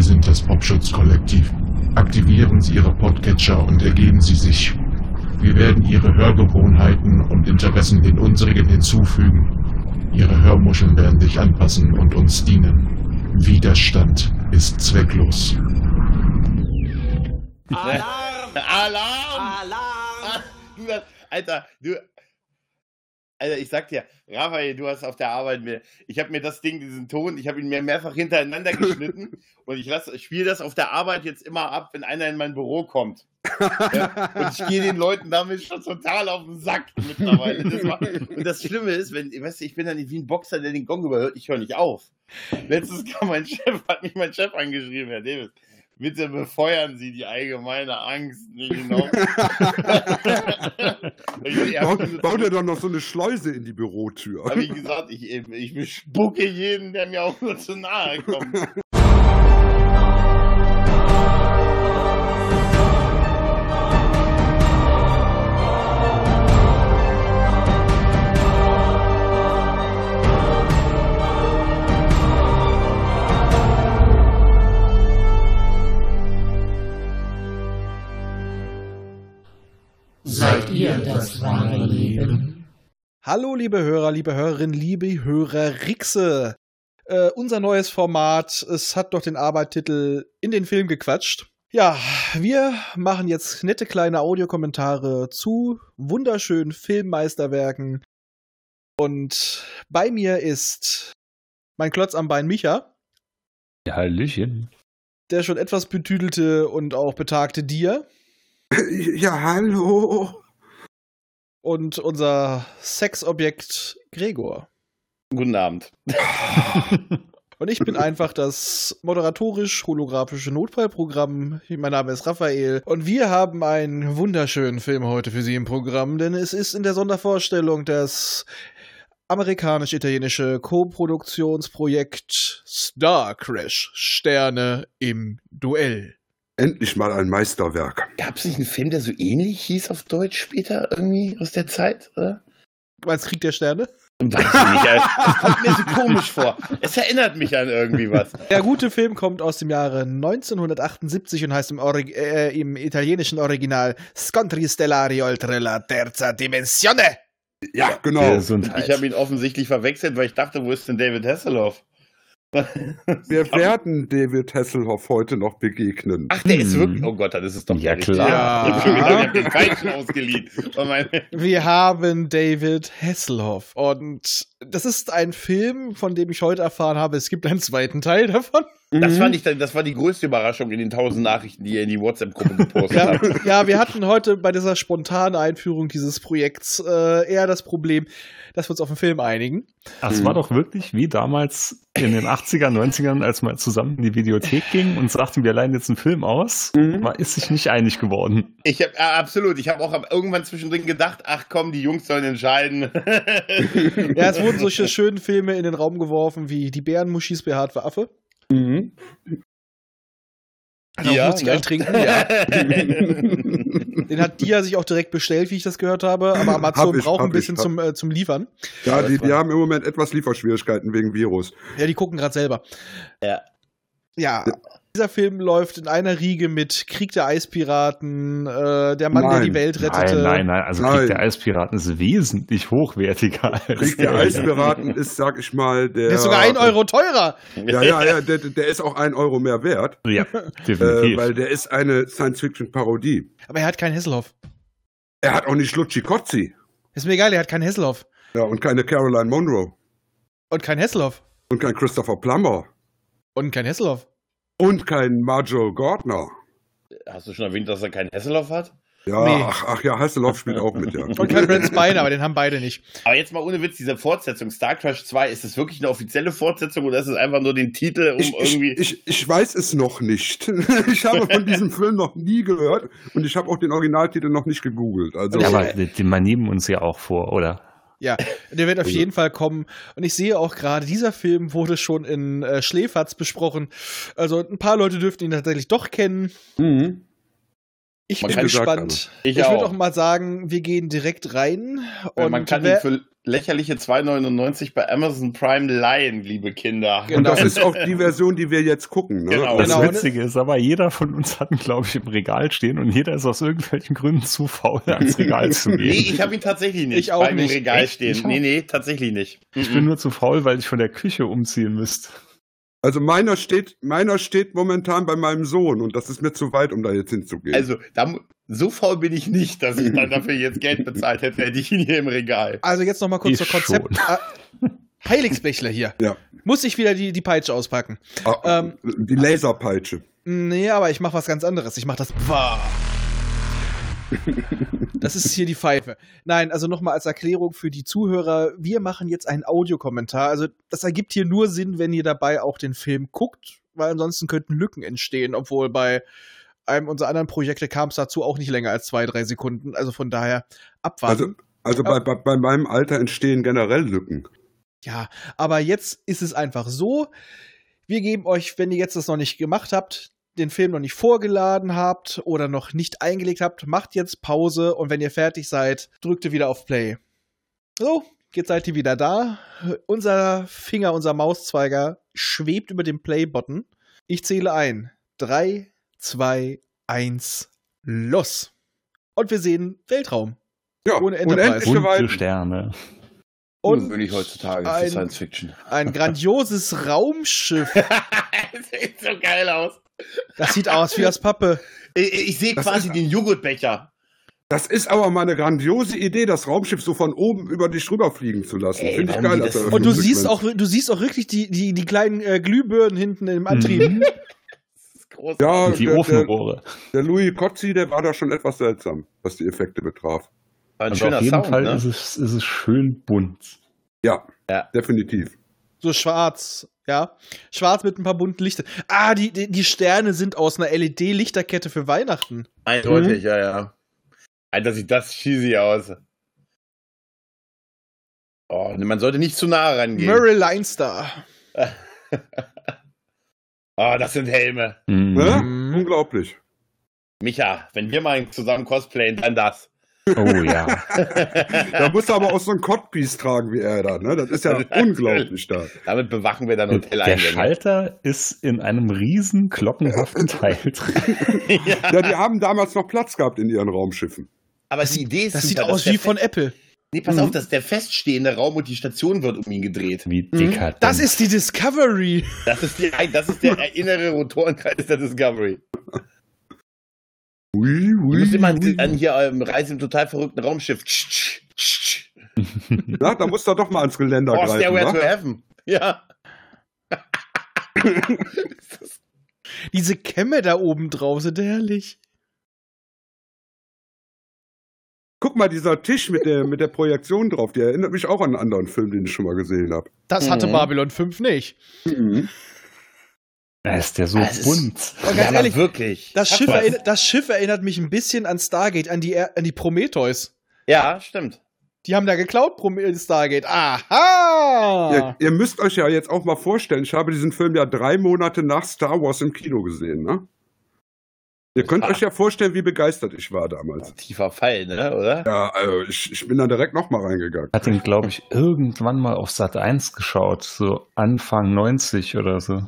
sind das Popschutz-Kollektiv. Aktivieren Sie Ihre Podcatcher und ergeben Sie sich. Wir werden Ihre Hörgewohnheiten und Interessen den unsrigen hinzufügen. Ihre Hörmuscheln werden sich anpassen und uns dienen. Widerstand ist zwecklos. Alarm! Alarm! Alter, ich sag dir, Raphael, du hast auf der Arbeit ich habe mir das Ding, diesen Ton, ich habe ihn mir mehrfach hintereinander geschnitten und ich spiele das auf der Arbeit jetzt immer ab, wenn einer in mein Büro kommt. Ja, und ich gehe den Leuten damit schon total auf den Sack mittlerweile. Und das Schlimme ist, ich bin dann wie ein Boxer, der den Gong überhört, ich höre nicht auf. Letztens hat mich mein Chef angeschrieben, Herr Davis. Bitte befeuern Sie die allgemeine Angst. Nicht genau. Baut er doch noch so eine Schleuse in die Bürotür. Habe ich gesagt, ich bespucke jeden, der mir auch nur zu nahe kommt. Seid ihr das wahre Leben? Hallo liebe Hörer, liebe Hörerinnen, liebe Hörerixe. Unser neues Format, es hat doch den Arbeitstitel In den Film gequatscht. Ja, wir machen jetzt nette kleine Audiokommentare zu wunderschönen Filmmeisterwerken. Und bei mir ist mein Klotz am Bein Micha. Ja, Hallöchen. Der schon etwas betüdelte und auch betagte Dir. Ja, hallo. Und unser Sexobjekt Gregor. Guten Abend. Und ich bin einfach das moderatorisch-holographische Notfallprogramm. Mein Name ist Raphael. Und wir haben einen wunderschönen Film heute für Sie im Programm, denn es ist in der Sondervorstellung das amerikanisch-italienische Co-Produktionsprojekt Star Crash Sterne im Duell. Endlich mal ein Meisterwerk. Gab es nicht einen Film, der so ähnlich hieß auf Deutsch später irgendwie aus der Zeit, oder? Du meinst Krieg der Sterne? Weiß ich nicht, das kommt mir so komisch vor. Es erinnert mich an irgendwie was. Der gute Film kommt aus dem Jahre 1978 und heißt im italienischen Original Scontri stellari oltre la terza dimensione. Ja, genau. Ich habe ihn offensichtlich verwechselt, weil ich dachte, wo ist denn David Hasselhoff? Wir werden David Hasselhoff heute noch begegnen. Ach, der ist wirklich... Oh Gott, das ist doch ja der klar. Ja. Ich habe gedacht, ich habe den falschen ausgeliehen. Wir haben David Hasselhoff und das ist ein Film, von dem ich heute erfahren habe, es gibt einen zweiten Teil davon. Das war die größte Überraschung in den 1000 Nachrichten, die ihr in die WhatsApp-Gruppe gepostet habt. Ja, wir hatten heute bei dieser spontanen Einführung dieses Projekts eher das Problem, dass wir uns auf den Film einigen. Das war doch wirklich wie damals in den 80er, 90ern, als man zusammen in die Videothek ging und sagten, wir leihen jetzt einen Film aus. Man ist sich nicht einig geworden. Absolut. Ich habe auch irgendwann zwischendrin gedacht, ach komm, die Jungs sollen entscheiden. Ja, es wurden solche schönen Filme in den Raum geworfen wie Die Bärenmuschis behaart für Affe. Mhm. Ja, muss ich eintrinken, ja. Den hat Dia sich auch direkt bestellt, wie ich das gehört habe, aber Amazon braucht ein bisschen zum Liefern. Ja, die haben im Moment etwas Lieferschwierigkeiten wegen Virus. Ja, die gucken gerade selber. Ja. Dieser Film läuft in einer Riege mit Krieg der Eispiraten, der Mann, der die Welt rettete. Nein. Also Krieg der Eispiraten ist wesentlich hochwertiger. Krieg der Eispiraten ist, sag ich mal, der ist sogar 1 Euro teurer. Ja, der ist auch 1 Euro mehr wert. Ja, definitiv. Weil der ist eine Science-Fiction-Parodie. Aber er hat keinen Hasselhoff. Er hat auch nicht Lucci Cozzi. Ist mir egal, er hat keinen Hasselhoff. Ja, und keine Caroline Munro. Und kein Hasselhoff. Und kein Christopher Plummer. Und kein Hasselhoff. Und kein Marjorie Gardner. Hast du schon erwähnt, dass er keinen Hasselhoff hat? Ja, nee. ach ja, Hasselhoff spielt auch mit, ja. Und kein Brent Spiner, aber den haben beide nicht. Aber jetzt mal ohne Witz, diese Fortsetzung, Star Crash 2, ist das wirklich eine offizielle Fortsetzung oder ist es einfach nur den Titel, irgendwie... Ich weiß es noch nicht. Ich habe von diesem Film noch nie gehört und ich habe auch den Originaltitel noch nicht gegoogelt. Also, ja, aber den nehmen uns ja auch vor, oder? Ja, der wird auf jeden Fall kommen. Und ich sehe auch gerade, dieser Film wurde schon in Schläferz besprochen. Also ein paar Leute dürften ihn tatsächlich doch kennen. Mhm. Ich Man bin kann gespannt. Ich würde auch. auch mal sagen, wir gehen direkt rein. Und man kann ihn für lächerliche 2,99 bei Amazon Prime leihen, liebe Kinder. Und Genau. das ist auch die Version, die wir jetzt gucken. Ne? Genau. Das Genau. Witzige ist aber, jeder von uns hat ihn, glaube ich, im Regal stehen und jeder ist aus irgendwelchen Gründen zu faul, ans Regal zu gehen. Nee, ich habe ihn tatsächlich nicht Ich auch bei mir im nicht. Regal Echt? stehen. Ich auch. Nee, tatsächlich nicht. Ich bin nur zu faul, weil ich von der Küche umziehen müsste. Also meiner steht momentan bei meinem Sohn und das ist mir zu weit, um da jetzt hinzugehen. Also, so faul bin ich nicht, dass ich dann dafür jetzt Geld bezahlt hätte, hätte ich ihn hier im Regal. Also jetzt noch mal kurz Ich zur Konzept. Heiligsbechler hier. Ja. Muss ich wieder die Peitsche auspacken. Die Laserpeitsche. Nee, aber ich mache was ganz anderes. Ich mache das. Das ist hier die Pfeife. Nein, also nochmal als Erklärung für die Zuhörer. Wir machen jetzt einen Audiokommentar. Also das ergibt hier nur Sinn, wenn ihr dabei auch den Film guckt, weil ansonsten könnten Lücken entstehen, obwohl bei einem unserer anderen Projekte kam es dazu auch nicht länger als 2-3 Sekunden. Also von daher abwarten. Also bei meinem Alter entstehen generell Lücken. Ja, aber jetzt ist es einfach so. Wir geben euch, wenn ihr jetzt das noch nicht gemacht habt, den Film noch nicht vorgeladen habt oder noch nicht eingelegt habt, macht jetzt Pause und wenn ihr fertig seid, drückt ihr wieder auf Play. So, jetzt seid ihr wieder da. Unser Finger, unser Mauszeiger schwebt über dem Play-Button. Ich zähle ein. 3, 2, 1, los. Und wir sehen Weltraum. Ja, Ohne Enterprise. unendliche Bunte Weiten. Sterne. Und bin ich heutzutage für ein- Science Fiction. ein grandioses Raumschiff. Das sieht so geil aus. Das sieht aus wie aus Pappe. Ich sehe Das quasi ist- den Joghurtbecher. Das ist aber mal eine grandiose Idee, das Raumschiff so von oben über dich rüberfliegen zu lassen. Ey, Finde ich warum geil. die als das- Und du Eröffnungssequenz. siehst auch wirklich die kleinen Glühbirnen hinten im Antrieb. Das ist groß. Ja, Und die der Ofenrohre. Louis Cozzi, der war da schon etwas seltsam, was die Effekte betraf. War ein Also schöner auf jeden Sound, Fall ne? ist es schön bunt. Ja, Ja. definitiv. So schwarz, ja. Schwarz mit ein paar bunten Lichtern. Ah, die Sterne sind aus einer LED-Lichterkette für Weihnachten. Eindeutig, ja. Alter, sieht das cheesy aus. Oh, man sollte nicht zu nah rangehen. Murray Leinster. Oh, das sind Helme. Mhm. Ne? Mhm. Unglaublich. Micha, wenn wir mal zusammen cosplayen, dann das. Oh ja. Da muss er aber auch so ein Codpiece tragen wie er da. Ne? Das ist ja unglaublich da. Damit bewachen wir dann Der Hoteleingänge. Schalter ist in einem riesen glockenhaften Teil drin. Ja, die haben damals noch Platz gehabt in ihren Raumschiffen. Aber die Idee ist Das sieht super, aus dass wie der von Apple. Nee, pass auf, das ist der feststehende Raum und die Station wird um ihn gedreht. Wie dekadent. Das ist die Discovery. Das ist der innere Rotorenkreis der Discovery. Ui, Du ui, musst immer ui. an hier Reise im total verrückten Raumschiff. Na, da muss er doch mal ans Geländer Oh, greifen. Stairway wa? to Heaven. Ja. Diese Kämme da oben drauf sind herrlich. Guck mal, dieser Tisch mit der Projektion drauf, der erinnert mich auch an einen anderen Film, den ich schon mal gesehen habe. Das hatte Mhm. Babylon 5 nicht. Da ist der so Das ist- bunt. Und Ja, ganz aber ehrlich, wirklich. das Schiff, Krass. das Schiff erinnert mich ein bisschen an Stargate, an die Prometheus. Ja, stimmt. Die haben da geklaut, Stargate. Aha! Ihr müsst euch ja jetzt auch mal vorstellen, ich habe diesen Film ja 3 Monate nach Star Wars im Kino gesehen, ne? Ihr könnt euch ja vorstellen, wie begeistert ich war damals. Tiefer Fall, ne, oder? Ja, also ich bin da direkt nochmal reingegangen. Hat ihn, glaube ich, irgendwann mal auf Sat 1 geschaut, so Anfang 90 oder so.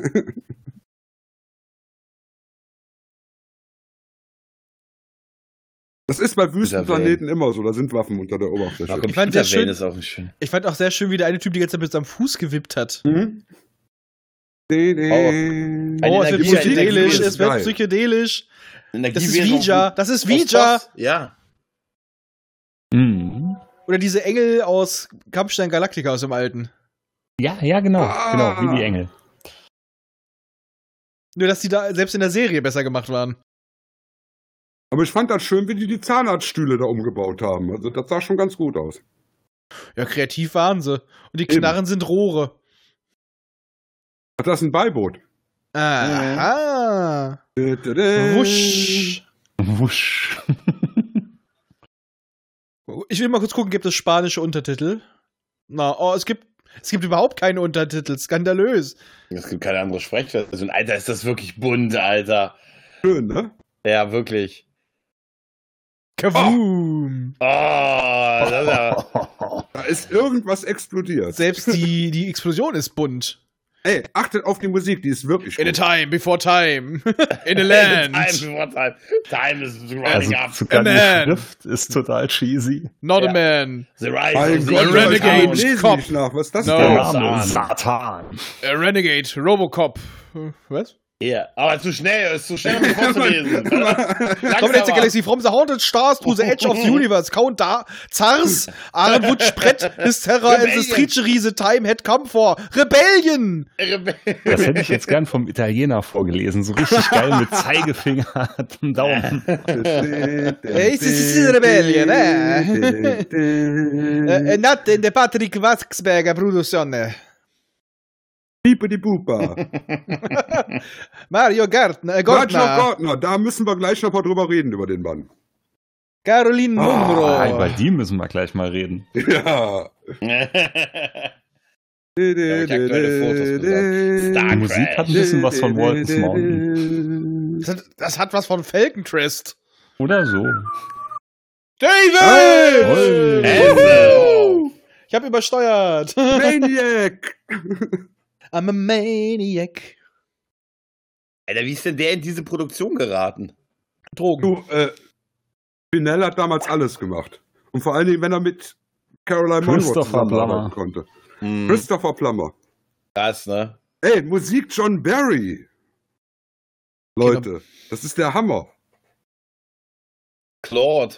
Das ist bei Wüstenplaneten immer so, da sind Waffen unter der Oberfläche. Auch Ich fand sehr schön- Computerwellen ist auch schön. Ich fand auch sehr schön, wie der eine Typ die ganze Zeit mit seinem Fuß gewippt hat. Mhm. Ein Oh, es wird Energie- psychedelisch, Energie- es wird geil. psychedelisch. Das ist Energiewesen Ouija, aus- das ist aus Ouija. Boss. Ja. Mhm. Oder diese Engel aus Kampfstein Galactica aus dem Alten. Ja, genau. Ah. Genau, wie die Engel. Nur, dass die da selbst in der Serie besser gemacht waren. Aber ich fand das schön, wie die Zahnarztstühle da umgebaut haben. Also das sah schon ganz gut aus. Ja, kreativ waren sie. Und die Eben. Knarren sind Rohre. Ach, das ist ein Beiboot. Aha. Wusch. Wusch. Wusch. Ich will mal kurz gucken, gibt es spanische Untertitel? Na, oh, es gibt überhaupt keine Untertitel. Skandalös. Es gibt keine andere Sprechversion. Alter, ist das wirklich bunt, Alter. Schön, ne? Ja, wirklich. Kavoom! das ist ja, Da ist irgendwas explodiert. Selbst die Explosion ist bunt. Ey, achtet auf die Musik, die ist wirklich In a gut. time, before time. In a land. Time is running Also up. sogar die Man. Schrift ist total cheesy. Not Ja. a man. The rise Mein of the Gott, Renegade ich lese nicht Cop. nach. Was ist das No. Der denn? Name Satan. Satan. A renegade, Robocop. Was? Ja, aber ist zu schnell um vorzulesen. Dominates the Galaxy from the haunted stars to the edge of the universe. Count da. Zars. Arnwood Sprett. His terror and the streechery the time had come for. Rebellion. Das hätte ich jetzt gern vom Italiener vorgelesen. So richtig geil mit Zeigefinger und Daumen. This is Rebellion, not in the Patrick Waxberger Produzione. Liebe die Bupa. Mario Roger Gardner. Gardner, da müssen wir gleich noch mal drüber reden, über den Mann. Caroline Munro. Über die müssen wir gleich mal reden. Ja. ich aktuelle Fotos gesagt. Die Musik hat ein bisschen was von Walton's Mountain. Das hat was von Falcon Crest. Oder so. David! Hello. Ich habe übersteuert. Maniac! I'm a maniac. Alter, wie ist denn der in diese Produktion geraten? Drogen. Du, Spinell hat damals alles gemacht. Und vor allen Dingen, wenn er mit Caroline Munro Christopher zusammenarbeiten Plummer. konnte. Hm, Christopher Plummer. krass, ne? Ey, Musik John Barry. Leute, das ist der Hammer. Claude.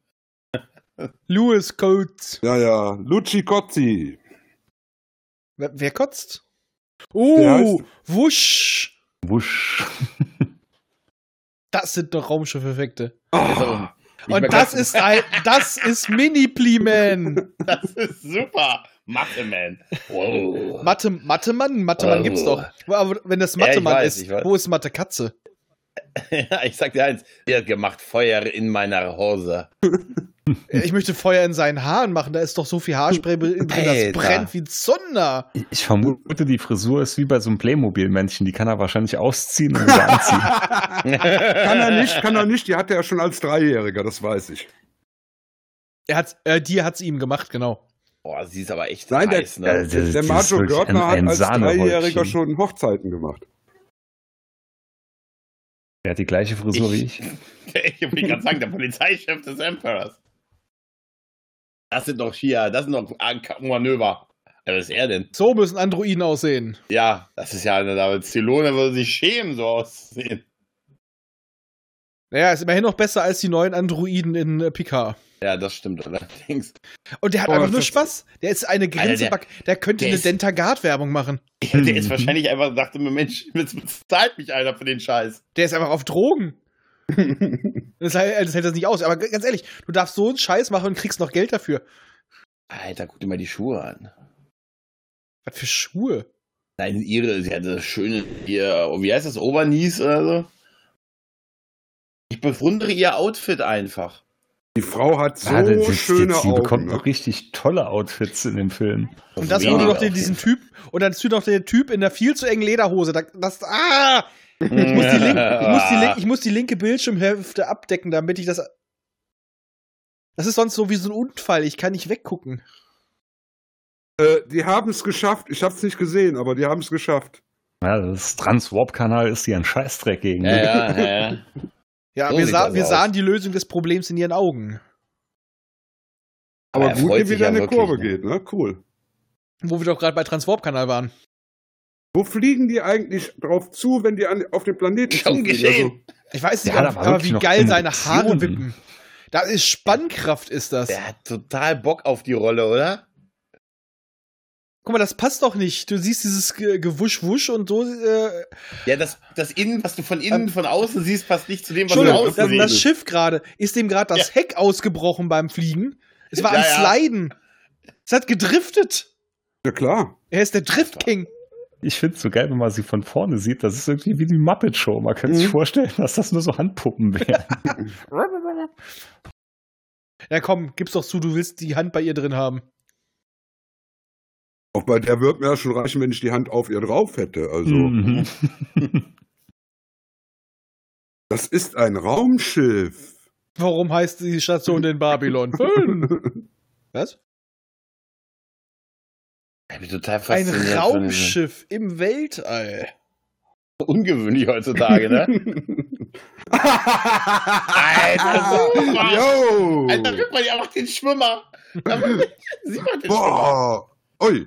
Lewis Coates. Ja, Luci Cozzi. Wer kotzt? Der heißt- Wusch. Wusch. Das sind doch Raumschiff-Effekte. Ah, Und das ist Mini-Pleeman. Das ist super. Mathe-Man. Wow. Mathe-Mann gibt's doch. Aber wenn das Ja, ich Mathe-Mann weiß, ist, ich weiß. wo ist Mathe-Katze? Ja, ich sag dir eins. Der hat gemacht Feuer in meiner Hose. Ich möchte Feuer in seinen Haaren machen. Da ist doch so viel Haarspray drin, das Alter. brennt wie Zunder. Ich vermute, die Frisur ist wie bei so einem Playmobil-Männchen. Die kann er wahrscheinlich ausziehen und wieder anziehen. kann er nicht. Die hatte er schon als Dreijähriger, das weiß ich. Die hat's ihm gemacht, genau. Boah, sie ist aber echt Nein, heiß, ne? Der Majo Görtner hat als Dreijähriger schon Hochzeiten gemacht. Der hat die gleiche Frisur wie ich. Ich will gerade sagen, der Polizeichef des Emperors. Das sind doch Manöver. Was ist er denn? So müssen Androiden aussehen. Ja, das ist ja eine, da Stallone würde sich schämen, so auszusehen. Naja, ist immerhin noch besser als die neuen Androiden in Picard. Ja, das stimmt allerdings. Und der hat Oh, einfach nur das- Spaß. Der ist eine Grenze. Alter, Der könnte der eine ist- Dentagard-Werbung machen. Der ist wahrscheinlich einfach, dachte mir, Mensch, jetzt bezahlt mich einer für den Scheiß. Der ist einfach auf Drogen. Das hält das nicht aus. Aber ganz ehrlich, du darfst so einen Scheiß machen und kriegst noch Geld dafür. Alter, guck dir mal die Schuhe an. Was für Schuhe? Nein, sie hat das schöne, wie heißt das, Overknees oder so? Ich bewundere ihr Outfit einfach. Die Frau hat so schöne die Augen. bekommt Ne? noch richtig tolle Outfits in dem Film. Und das Ja. wurde doch diesen Typ. Und dann ist noch der Typ in der viel zu engen Lederhose. Ich muss die linke Bildschirmhälfte abdecken, damit ich das. Das ist sonst so wie so ein Unfall. Ich kann nicht weggucken. Die haben es geschafft. Ich habe es nicht gesehen, aber die haben es geschafft. Ja, das Trans-Warp-Kanal ist hier ein Scheißdreck gegen. Ja. Ja, So wir sieht das aus. sahen die Lösung des Problems in ihren Augen. Aber er gut, freut wie sich wieder ja eine wirklich, Kurve ne? geht, ne? Cool. Wo wir doch gerade bei Transwarp-Kanal waren. Wo fliegen die eigentlich drauf zu, wenn die auf den Planeten Schon zufliegen? geschehen. Ich weiß nicht, Der hat aber aber wirklich wie noch geil seine Haare Emotionen. wippen. Da ist Spannkraft, ist das. Der hat total Bock auf die Rolle, oder? Guck mal, das passt doch nicht. Du siehst dieses Gewusch-Wusch und so. Ja, das Innen, was du von innen, von außen siehst, passt nicht zu dem, was du Entschuldigung, außen das siehst. Schiff gerade, ist dem gerade das Heck ausgebrochen beim Fliegen? Es war Ja, am ja. Sliden. Es hat gedriftet. Ja, klar. Er ist der Drift King. Ich finde es so geil, wenn man sie von vorne sieht. Das ist irgendwie wie die Muppet Show. Man könnte sich vorstellen, dass das nur so Handpuppen wären. Ja, komm, gib's doch zu, du willst die Hand bei ihr drin haben. Auch bei der wird mir ja schon reichen, wenn ich die Hand auf ihr drauf hätte. Also, Mhm. das ist ein Raumschiff. Warum heißt die Station denn Babylon 5? Was? Ich bin total Ein fasziniert. Raumschiff im Weltall. Ungewöhnlich heutzutage, ne? Alter, super. Yo! Alter, guck mal, die macht den Schwimmer. Sieht man den Schwimmer? Boah! Ui!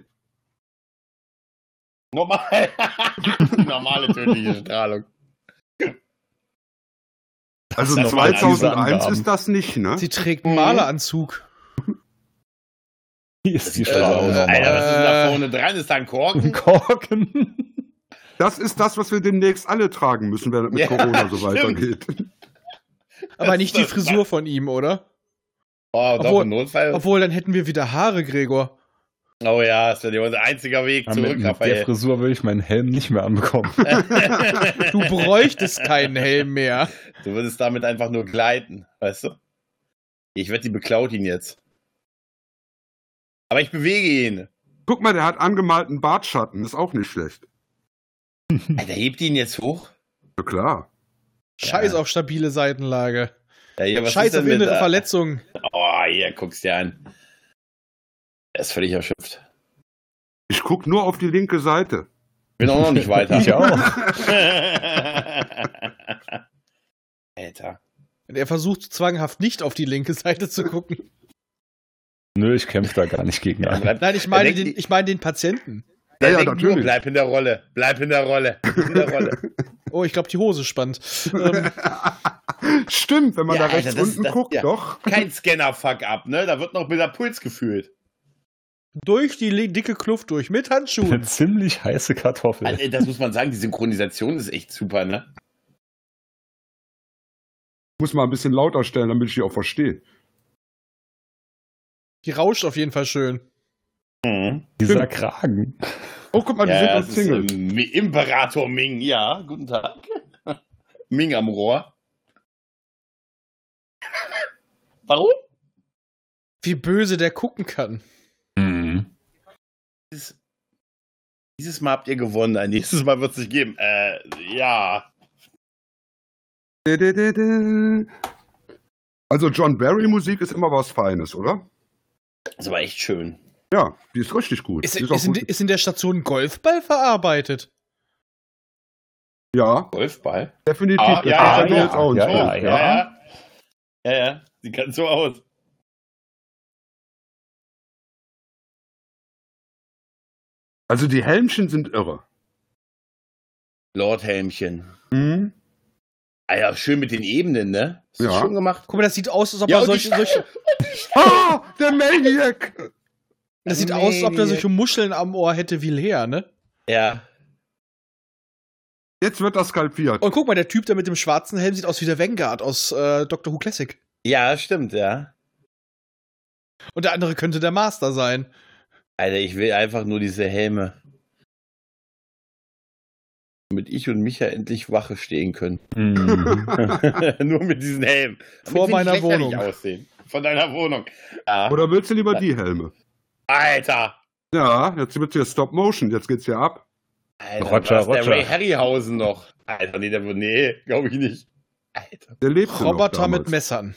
Normal. Normale tödliche Strahlung. Also Das sind aber 2001 Angaben. ist das nicht, ne? Sie trägt einen Maleranzug. Hier ist die Alter, Strahlung was ist normal. denn da vorne dran? Ist da ein Korken? Korken. Das ist das, was wir demnächst alle tragen müssen, wenn es mit Ja, Corona so stimmt. weitergeht. Aber nicht die das- Frisur von ihm, oder? Oh, doch, Obwohl- im Notfall. Obwohl, dann hätten wir wieder Haare, Gregor. Oh ja, das wäre unser einziger Weg Ja, zurück, mit der Raphael. Frisur würde ich meinen Helm nicht mehr anbekommen. Du bräuchtest keinen Helm mehr. Du würdest damit einfach nur gleiten, weißt du? Ich wette, die beklaut ihn jetzt. Aber ich bewege ihn. Guck mal, der hat angemalten Bartschatten, ist auch nicht schlecht. Alter, hebt ihn jetzt hoch? Ja klar. Scheiß auf stabile Seitenlage. Ja, hier, was Scheiß ist denn auf mit, innere Verletzungen. Oh, hier, guck's dir an. Er ist völlig erschöpft. Ich guck nur auf die linke Seite. Bin auch noch nicht weiter. Ich auch. Alter. Und er versucht zwanghaft nicht auf die linke Seite zu gucken. Nö, ich kämpfe da gar nicht gegen an. Nein, ich meine den Patienten. Ja, ja, denkt nur, natürlich. bleib in der Rolle. Bleib in der Rolle. Bleib in der Rolle. Oh, ich glaube, die Hose spannt. Stimmt, wenn man Ja, da rechts Alter, das- unten das- guckt, ja. doch. Kein Scanner-Fuck-up, ne? Da wird noch mit der Puls gefühlt. Durch die dicke Kluft durch, mit Eine Handschuhen. ziemlich heiße Kartoffel. Also, das muss man sagen, die Synchronisation ist echt super, ne? Muss mal ein bisschen lauter stellen, damit ich die auch verstehe. Die rauscht auf jeden Fall schön. Mhm. Dieser Kragen. Oh, guck mal, die Ja, sind das ist umzingelt. Imperator Ming, ja, guten Tag. Ming am Rohr. Warum? Wie böse der gucken kann. Mhm. Dieses Mal habt ihr gewonnen, ein nächstes Mal wird es nicht geben. Ja. Also John Barry Musik ist immer was Feines, oder? Das war echt schön. Ja, die ist richtig gut. Ist, Die auch ist, in, gut. ist in der Station Golfball verarbeitet? Ja, Golfball? definitiv. Ah, Das ja, ist ja, jetzt auch ein ja, Song, ja, Ja, ja. Ja, sieht ganz so aus. Also die Helmchen sind irre. Lord Helmchen. Mhm. Ah ja, schön mit den Ebenen, ne? Ist das Ja. schön gemacht? Guck mal, das sieht aus, als ob Ja, er und die solche. Ah, der Maniac! Das sieht aus, als ob der solche Muscheln am Ohr hätte wie Lea, ne? Ja. Jetzt wird das skalpiert. Und guck mal, der Typ, der mit dem schwarzen Helm sieht aus wie der Vanguard aus Doctor Who Classic. Ja, stimmt, ja. Und der andere könnte der Master sein. Alter, ich will einfach nur diese Helme. Damit ich und Micha endlich Wache stehen können. Mhm. Nur mit diesen Helmen. Damit Vor sie nicht meiner lächerlich Wohnung. Aussehen. Von deiner Wohnung. Ja. Oder willst du lieber die Helme? Alter! Ja, jetzt wird's hier Stop Motion, jetzt geht's hier ab. Alter, Roger, was, der Roger. Ray Harryhausen noch. Alter, nee, glaube ich nicht. Alter. Der lebt noch Roboter mit damals. Messern.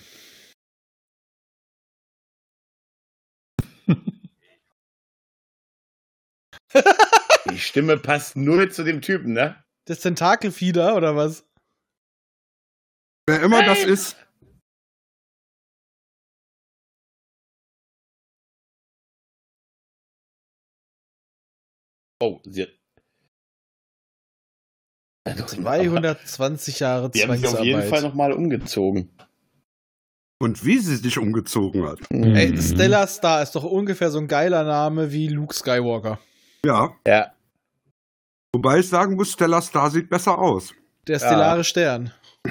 Die Stimme passt null zu dem Typen, ne? Das Tentakelfieder oder was? Wer immer das ist. Oh, sie 220 Jahre Die haben sich auf jeden Fall Zwangsarbeit. nochmal umgezogen. Und wie sie sich umgezogen hat. Ey, Mhm. Stellar Star ist doch ungefähr so ein geiler Name wie Luke Skywalker. Ja. Ja. Wobei ich sagen muss, Stellar Star sieht besser aus. Der stellare Stern.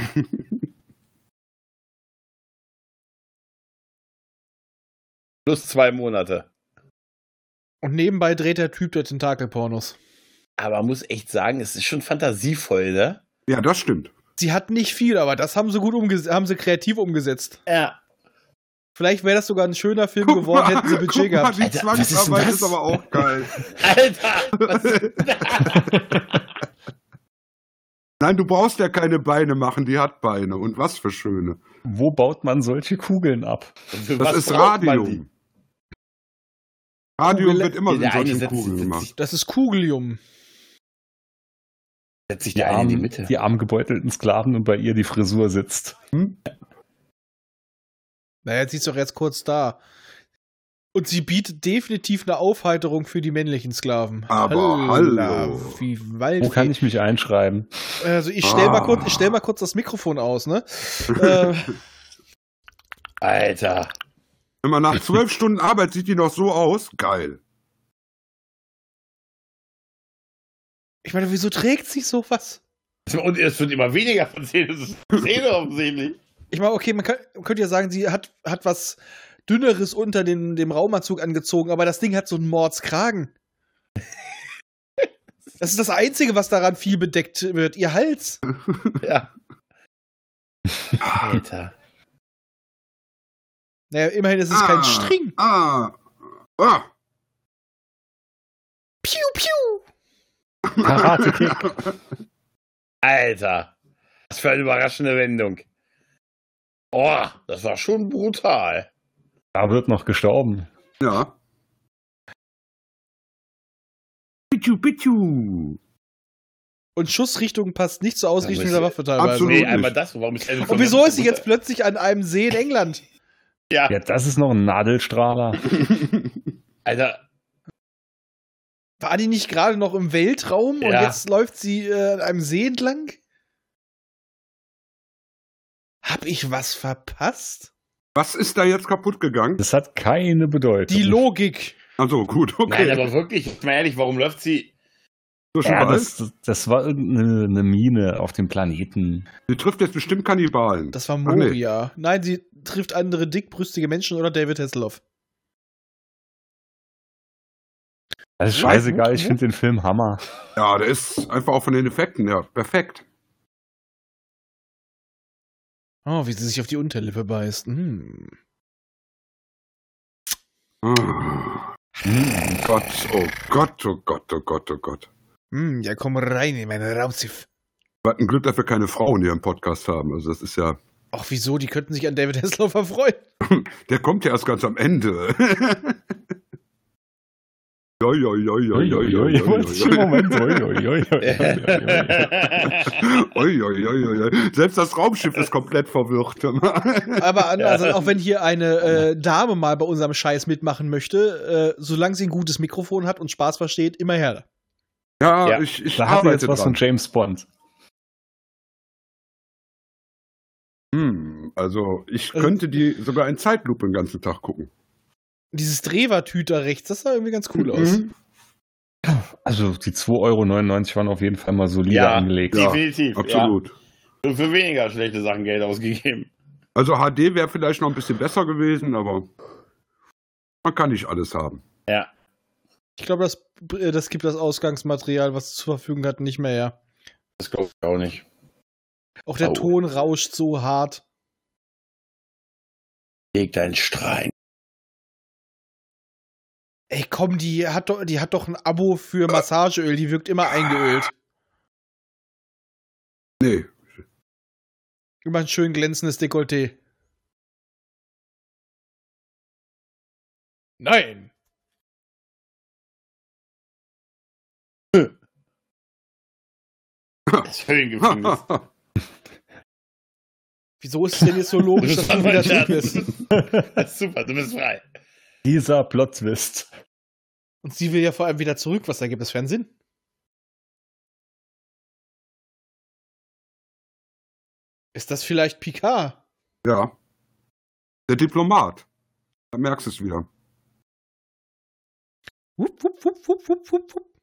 Plus 2 Monate. Und nebenbei dreht der Typ der Tentakelpornos. Aber man muss echt sagen, es ist schon fantasievoll, ne? Ja, das stimmt. Sie hat nicht viel, aber das haben sie gut haben sie kreativ umgesetzt. Ja. Vielleicht wäre das sogar ein schöner Film geworden, hätten sie Budget guck mal, gehabt. die Alter, was ist denn Zwangsarbeit das? ist aber auch geil. Alter! Was ist Nein, du brauchst ja keine Beine machen, die hat Beine. Und was für schöne. Wo baut man solche Kugeln ab? Für Das was ist braucht man Radium. Radium Kugel- wird immer in Der eine solchen setzt- Kugeln setzt gemacht. sich- Das ist Kugellium. Setzt sich der eine in die Mitte. Die arm gebeutelten Sklaven und bei ihr die Frisur sitzt. Naja, jetzt ist doch jetzt kurz da. Und sie bietet definitiv eine Aufheiterung für die männlichen Sklaven. Aber hallo. Wie Wald. Wo kann ich mich einschreiben? Also ich stell mal kurz das Mikrofon aus, ne? Alter. Immer nach 12 Stunden Arbeit sieht die noch so aus. Geil. Ich meine, wieso trägt sie sowas? Und es wird immer weniger von Zähne. Das ist Zähne offensichtlich. Ich meine, okay, man könnte ja sagen, sie hat was Dünneres unter dem Raumanzug angezogen, aber das Ding hat so einen Mordskragen. Das ist das Einzige, was daran viel bedeckt wird. Ihr Hals. Ja. Alter. Naja, immerhin ist es kein String. Ah. Piu, piu. Karate-Kick. Alter. Was für eine überraschende Wendung. Oh, das war schon brutal. Da wird noch gestorben. Ja. Pichu, pichu. Und Schussrichtung passt nicht zur Ausrichtung Aber der Waffe teilweise. absolut. Nee, nicht. einmal das. Warum ist Und wieso ist sie jetzt plötzlich an einem See in England? Ja, Ja, das ist noch ein Nadelstrahler. Alter. War die nicht gerade noch im Weltraum und Ja. jetzt läuft sie an einem See entlang? Hab ich was verpasst? Was ist da jetzt kaputt gegangen? Das hat keine Bedeutung. Die Logik. Also gut, okay. Nein, aber wirklich, mal ehrlich, warum läuft sie? So schon Ja, weiß. das war irgendeine Mine auf dem Planeten. Sie trifft jetzt bestimmt Kannibalen. Das war Ach, nee. Moria. Nein, sie trifft andere dickbrüstige Menschen oder David Hasselhoff. Das ist scheißegal, ich finde den Film Hammer. Ja, der ist einfach auch von den Effekten, ja, perfekt. Oh, wie sie sich auf die Unterlippe beißt. Ah. Gott, oh Gott, oh Gott, oh Gott, oh Gott. Ja, komm rein in meine Raumschiff. Was ein Glück, dass wir keine Frauen hier im Podcast haben. Also das ist ja. Ach, wieso? Die könnten sich an David Hasselhoff erfreuen. Der kommt ja erst ganz am Ende. Selbst das Raumschiff ist komplett verwirrt. Aber also, auch wenn hier eine Dame mal bei unserem Scheiß mitmachen möchte, solange sie ein gutes Mikrofon hat und Spaß versteht, immer her. Ja, Ja. ich Da hat er arbeite jetzt was von dran. James Bond. Also ich könnte die sogar in Zeitlupe den ganzen Tag gucken. Dieses Drevertüt da rechts, das sah irgendwie ganz cool aus. Also die 2,99 € waren auf jeden Fall mal solide Ja. angelegt. Ja, Definitiv. absolut. Ja. Für weniger schlechte Sachen Geld ausgegeben. Also HD wäre vielleicht noch ein bisschen besser gewesen, aber man kann nicht alles haben. Ja. Ich glaube, das gibt das Ausgangsmaterial, was es zur Verfügung hat, nicht mehr her. Das glaube ich auch nicht. Auch der Oh. Ton rauscht so hart. Leg deinen Strein. Ey, komm, die hat doch ein Abo für Massageöl, die wirkt immer eingeölt. Nee. Immer ein schön glänzendes Dekolleté. Nein! Das Höhlengefängnis. Wieso ist es denn jetzt so logisch, dass du wieder drin bist? Das ist super, du bist frei. Dieser Plot-Twist. Und sie will ja vor allem wieder zurück. Was ergibt das für einen Sinn? Ist das vielleicht Picard? Ja. Der Diplomat. Da merkst du es wieder. Wupp, wupp, wupp, wupp, wupp, wupp, wupp.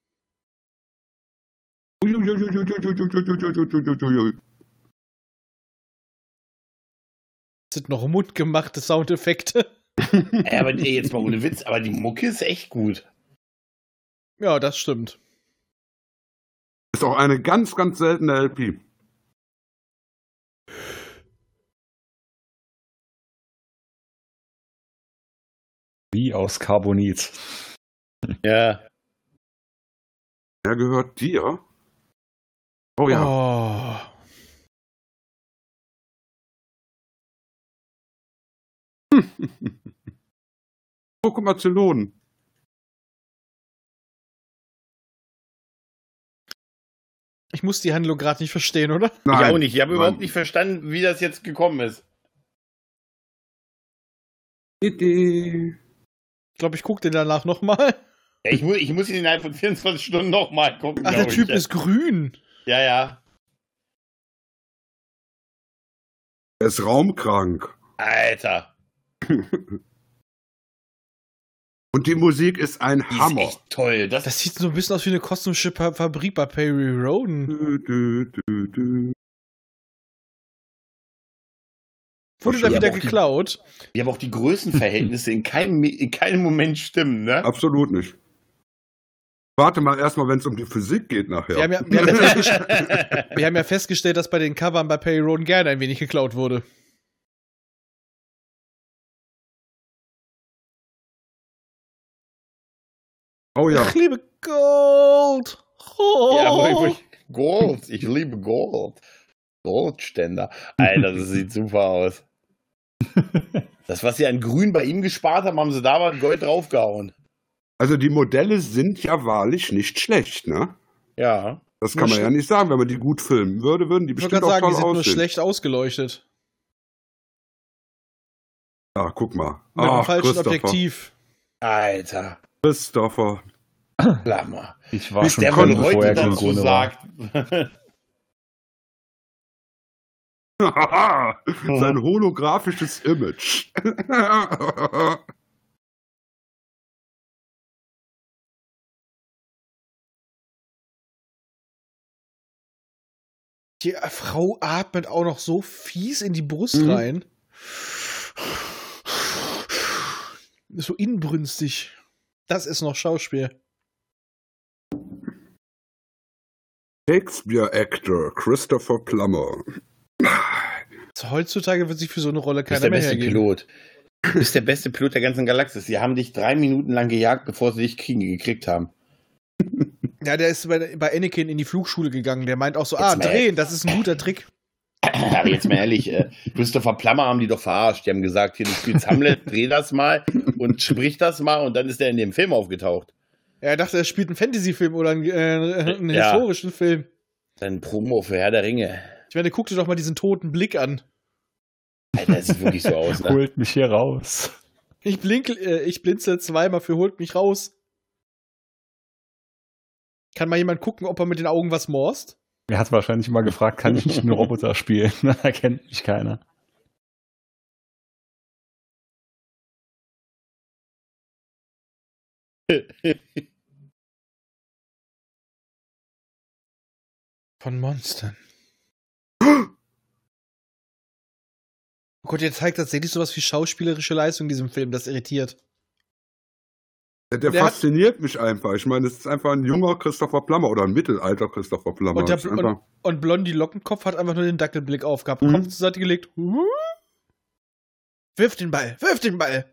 Das sind noch mundgemachte Soundeffekte. Ey, aber jetzt mal ohne Witz, aber die Mucke ist echt gut. Ja, das stimmt. Ist auch eine ganz, ganz seltene LP. Wie aus Carbonit. Ja. Der gehört dir? Oh ja. Oh. Oh, guck mal, Zylonen. Ich muss die Handlung gerade nicht verstehen, oder? Ich auch nicht. Ich habe nein. überhaupt nicht verstanden, wie das jetzt gekommen ist. Idee. Ich glaube, ich gucke den danach nochmal. Ja, ich muss ihn innerhalb von 24 Stunden nochmal gucken. Ach, der glaub Typ ich. ist grün. Ja, ja. Er ist raumkrank. Alter. Und die Musik ist ein Die Hammer. ist echt toll. Das Das sieht so ein bisschen aus wie eine kosmische Fabrik bei Perry Roden. Dü, dü, dü, dü. Wurde Ja, da wieder aber auch die- geklaut. Die haben auch die Größenverhältnisse in keinem Moment stimmen, ne? Absolut nicht. Warte mal erstmal, wenn es um die Physik geht nachher. Wir haben ja festgestellt, dass bei den Covern bei Perry Roden gerne ein wenig geklaut wurde. Oh ja. Ich liebe Gold. Oh. Ja, Gold. Ich liebe Gold. Goldständer. Alter, das sieht super aus. Das, was sie an Grün bei ihm gespart haben, haben sie da mal Gold draufgehauen. Also die Modelle sind ja wahrlich nicht schlecht, ne? Ja. Das kann man ja nicht sagen. Wenn man die gut filmen würde, würden die Ich wollte bestimmt gerade auch sagen, die toll sind nur aussehen. schlecht ausgeleuchtet. Ah, guck mal. Mit einem Ach, falschen Christopher. Objektiv. Alter. Christopher. Klammer. Ich war Bis schon der voll, wohl bevor heute er dazu Klingone war. sagt. Sein holographisches Image. Die Frau atmet auch noch so fies in die Brust Mhm. rein. Ist so inbrünstig. Das ist noch Schauspiel. Shakespeare-Actor Christopher Plummer. So, heutzutage wird sich für so eine Rolle Du bist keiner der mehr beste hergeben. Pilot. Du bist der beste Pilot der ganzen Galaxis. Sie haben dich 3 Minuten lang gejagt, bevor sie dich gekriegt haben. Ja, der ist bei Anakin in die Flugschule gegangen. Der meint auch so, Jetzt mal drehen, das ist ein guter Trick. Aber jetzt mal ehrlich, Christopher Plummer haben die doch verarscht. Die haben gesagt, hier, du spielst Hamlet, dreh das mal und sprich das mal und dann ist er in dem Film aufgetaucht. Er dachte, er spielt einen Fantasy-Film oder einen Ja. historischen Film. Dann Promo für Herr der Ringe. Ich meine, guck dir doch mal diesen toten Blick an. Alter, das sieht wirklich so aus, ne? Holt mich hier raus. Ich blinzel zweimal für holt mich raus. Kann mal jemand gucken, ob er mit den Augen was morst? Er hat wahrscheinlich immer gefragt, kann ich nicht einen Roboter spielen? Da kennt mich keiner. Von Monstern. Oh Gott, ihr zeigt tatsächlich sowas wie schauspielerische Leistung in diesem Film. Das irritiert. Der Der hat- fasziniert mich einfach. Ich meine, es ist einfach ein junger Christopher Plummer oder ein mittelalter Christopher Plummer. Und, der, Das ist einfach, und Blondie Lockenkopf hat einfach nur den Dackelblick aufgehabt. Mhm. Kopf zur Seite gelegt. Wirf den Ball, wirf den Ball.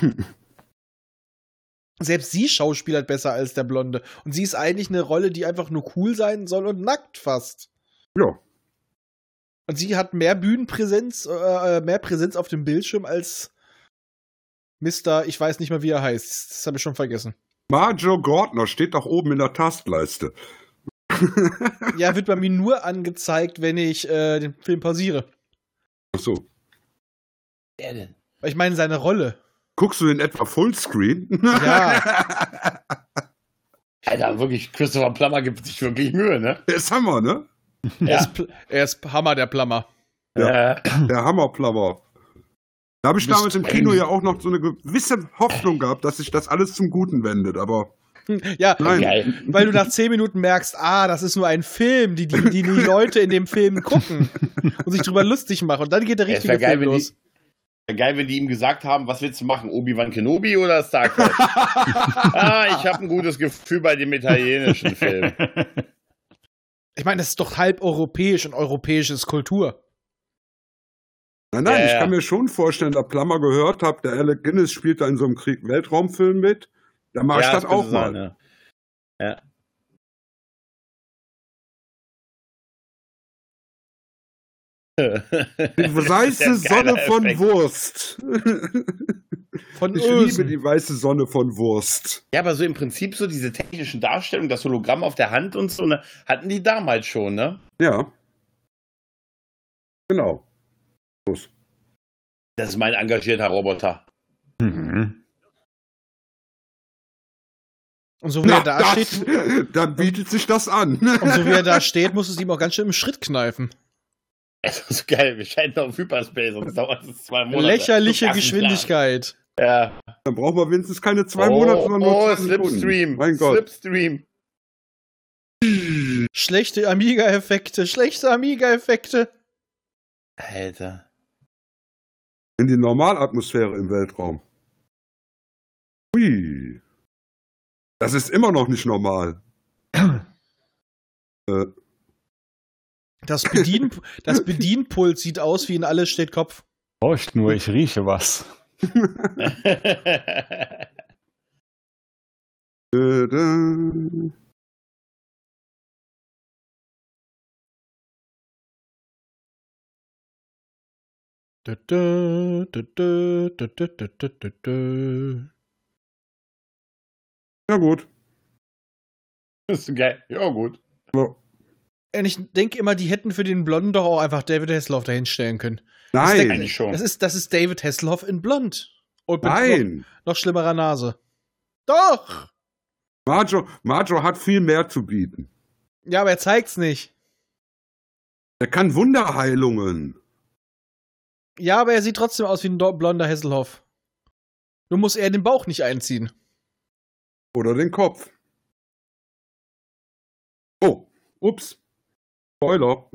Selbst sie schauspielert besser als der Blonde. Und sie ist eigentlich eine Rolle, die einfach nur cool sein soll und nackt fast. ja. Und sie hat mehr Bühnenpräsenz, mehr Präsenz auf dem Bildschirm als Mr. Ich weiß nicht mal, wie er heißt. Das habe ich schon vergessen. Marjoe Gordner steht doch oben in der Taskleiste. Ja, wird bei mir nur angezeigt, wenn ich den Film pausiere. Ach so. Wer denn? Weil ich meine, seine Rolle. Guckst du in etwa Fullscreen? Ja. Alter, wirklich, Christopher Plummer gibt sich wirklich Mühe, ne? Der ist Hammer, ne? Er ist Hammer, der Plummer. Ja. Der Hammerplummer. Da habe ich damals im Kino ja auch noch so eine gewisse Hoffnung gehabt, dass sich das alles zum Guten wendet, aber Ja, nein. Geil. weil du nach 10 Minuten merkst, das ist nur ein Film, die Leute in dem Film gucken und sich drüber lustig machen. Und dann geht der Es richtige wäre geil, Film los. Geil, wenn die ihm gesagt haben, was willst du machen, Obi-Wan Kenobi oder Star Wars? Ich habe ein gutes Gefühl bei dem italienischen Film. Ich meine, das ist doch halb europäisch und europäisch ist Kultur. Nein, Ja, ich ja. kann mir schon vorstellen, da Plummer gehört habe, der Alec Guinness spielt da in so einem Weltraumfilm mit, da mach ich das könnte auch sein, mal. ja. Die weiße Sonne von Wurst. Von Ich Ösen. liebe die weiße Sonne von Wurst. Ja, aber so im Prinzip so diese technischen Darstellungen, das Hologramm auf der Hand und so, ne, hatten die damals schon, ne? Ja. Genau. Los. Das ist mein engagierter Roboter. Mhm. Und so wie er da steht, Dann bietet sich das an. und so wie er da steht, muss es ihm auch ganz schön im Schritt kneifen. Es ist so geil, wir scheinen auf Hyperspace, sonst dauert es 2 Monate. Lächerliche So Geschwindigkeit. Ja. Dann brauchen wir wenigstens keine 2 Monate, sondern nur 2 Sekunden. Slipstream. Mein Gott. Slipstream. Schlechte Amiga-Effekte, schlechte Amiga-Effekte. Alter. In die Normalatmosphäre im Weltraum. Hui. Das ist immer noch nicht normal. Das Bedienpult sieht aus wie in Alles steht Kopf. Braucht nur, ich rieche was. Ja gut. Das ist so geil. Ja, gut. Ja. Und ich denke immer, die hätten für den Blonden doch auch einfach David Hasselhoff dahinstellen können. Nein. Eigentlich schon. Das ist David Hasselhoff in Blond. Und mit Nein. noch schlimmerer Nase. Doch! Marjo hat viel mehr zu bieten. Ja, aber er zeigt's nicht. Er kann Wunderheilungen. Ja, aber er sieht trotzdem aus wie ein blonder Hasselhoff. Nur muss er den Bauch nicht einziehen. Oder den Kopf. Oh, ups. Spoiler.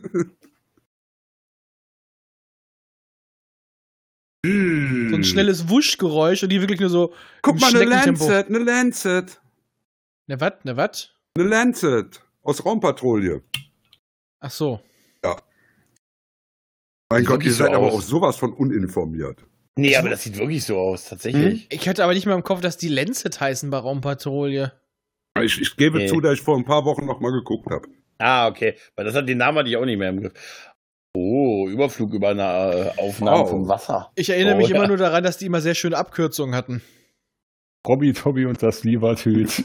So ein schnelles Wuschgeräusch und die wirklich nur so. Guck im mal, eine Schneckentempo. Lancet. Ne, wat? Ne, wat? Eine Lancet. Aus Raumpatrouille. Ach so. Ja. Mein Sieht Gott, wirklich ihr seid so aber aus. auch sowas von uninformiert. Nee, aber das sieht wirklich so aus, tatsächlich. Ich hatte aber nicht mehr im Kopf, dass die Lancet heißen bei Raumpatrouille. Ich gebe Nee. zu, dass ich vor ein paar Wochen noch mal geguckt habe. Ah, okay. Weil den Namen hatte ich auch nicht mehr im Griff. Oh, Überflug über eine Aufnahme Wow. vom Wasser. Ich erinnere Oh, mich ja. immer nur daran, dass die immer sehr schöne Abkürzungen hatten. Robby, Tobby und das Liebertüt.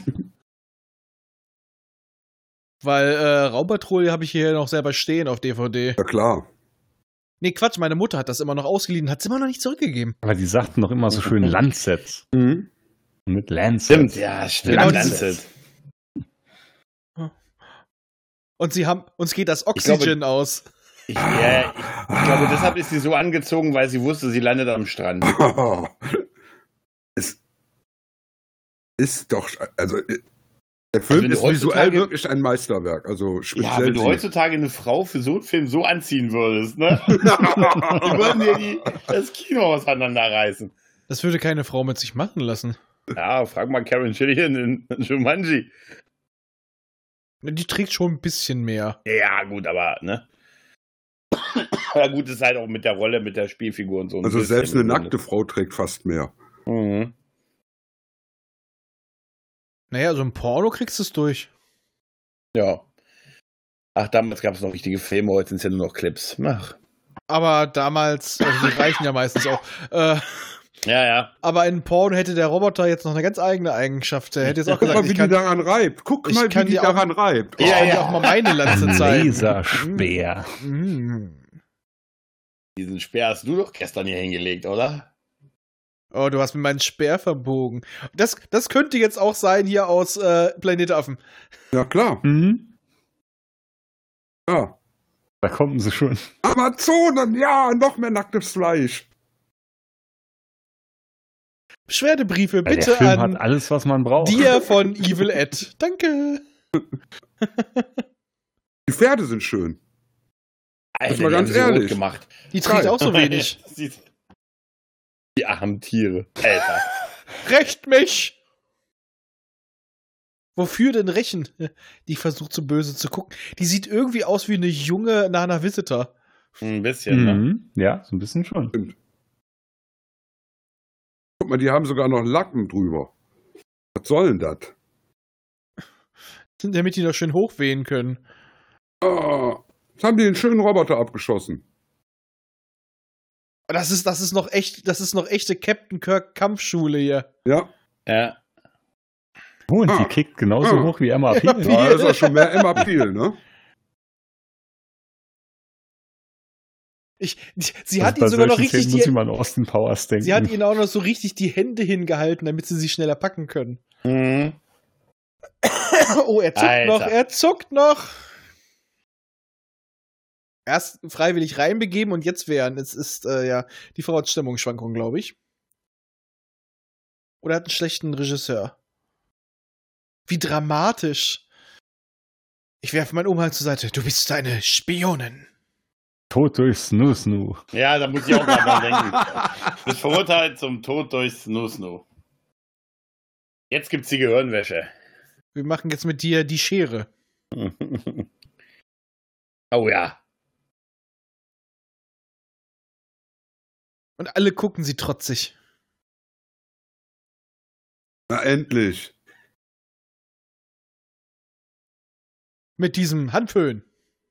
Weil Raumpatrouille habe ich hier noch selber stehen auf DVD. Ja klar. Nee, Quatsch, meine Mutter hat das immer noch ausgeliehen, hat es immer noch nicht zurückgegeben. Aber die sagten doch immer so schön Lancet. Mhm. Mit Lancet. Stimmt, ja, stimmt. Genau, Lancet. Und uns geht das Oxygen aus. Ich glaube, deshalb ist sie so angezogen, weil sie wusste, sie landet am Strand. Es ist doch, also der Film wenn du ist visuell heutzutage- wirklich ein Meisterwerk. Also Ja, speziell wenn du sie. heutzutage eine Frau für so einen Film so anziehen würdest, ne? Die würden dir das Kino auseinanderreißen. Das würde keine Frau mit sich machen lassen. Ja, frag mal Karen Gillian in Jumanji. Die trägt schon ein bisschen mehr. Ja, gut, aber, ne? Ja, gut, ist halt auch mit der Rolle, mit der Spielfigur und so. ein Also bisschen selbst eine begründet. nackte Frau trägt fast mehr. Mhm. Naja, so ein Porno kriegst du es durch. Ja. Ach, damals gab es noch richtige Filme, heute sind es ja nur noch Clips. Ach. Aber damals, also die reichen ja meistens auch. Ja. Aber in Porno hätte der Roboter jetzt noch eine ganz eigene Eigenschaft. Er hätte jetzt auch Guck gesagt, mal, wie ich die kann, daran reibt. Guck ich mal, wie kann die dir auch- daran reibt. ich Ja, kann ja. dir auch mal meine Lanze Ein zeigen. Laserspeer. Diesen Speer hast du doch gestern hier hingelegt, oder? Oh, du hast mir meinen Speer verbogen. Das könnte jetzt auch sein hier aus Planet Affen. Ja, klar. Mhm. Ja. Da kommen sie schon. Amazonen, ja, noch mehr nacktes Fleisch. Beschwerdebriefe Weil bitte der Film an hat alles, was man braucht. dir von Evil Ed. Danke. Die Pferde sind schön. Alter, mal die ganz haben sie rot ehrlich. gemacht. Die trägt auch so wenig. Die armen Tiere. Alter. Rächt mich! Wofür denn rächen? Die versucht so böse zu gucken. Die sieht irgendwie aus wie eine junge Nana Visitor. Ein bisschen, ne? Mhm. Ja, so ein bisschen schon. Guck mal, die haben sogar noch Lacken drüber. Was soll denn das? Damit die noch schön hochwehen können. Oh, Jetzt haben die einen schönen Roboter abgeschossen. Das ist noch echte Captain Kirk Kampfschule hier. Ja. Ja. Oh, und die kickt genauso hoch wie Emma Peel. Ja, das ist ja schon mehr Emma Peel, ne? Sie hat ihn sogar noch richtig muss ich mal an Austin Powers denken. Sie hat ihnen auch noch so richtig die Hände hingehalten, damit sie sich schneller packen können. Mhm. Oh, er zuckt noch. Erst freiwillig reinbegeben und jetzt wehren. Es ist, die Frau hat Stimmungsschwankungen, glaube ich. Oder hat einen schlechten Regisseur. Wie dramatisch. Ich werfe meinen Umhang zur Seite. Du bist eine Spionin. Tod durch Snoo. Ja, da muss ich auch mal dran denken. Das verurteilt zum Tod durch Snoo. Jetzt gibt's die Gehirnwäsche. Wir machen jetzt mit dir die Schere. Oh ja. Und alle gucken sie trotzig. Na, endlich. Mit diesem Handföhn.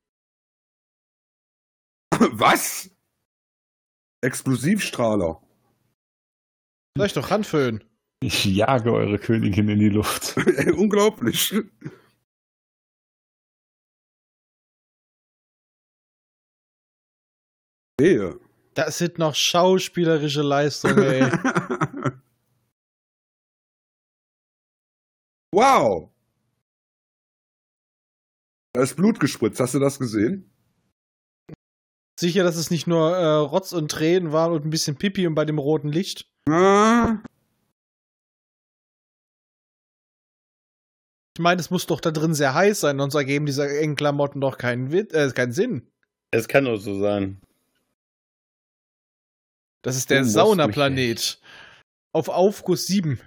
Was? Explosivstrahler. Sag ich doch, Handföhn. Ich jage eure Königin in die Luft. Unglaublich. Wehe. Das sind noch schauspielerische Leistungen, ey. Wow. Da ist Blut gespritzt. Hast du das gesehen? Sicher, dass es nicht nur Rotz und Tränen waren und ein bisschen Pipi und bei dem roten Licht? Ah. Ich meine, es muss doch da drin sehr heiß sein, sonst ergeben diese engen Klamotten doch keinen Sinn. Es kann doch so sein. Das ist der Saunaplanet. Auf Aufguss 7.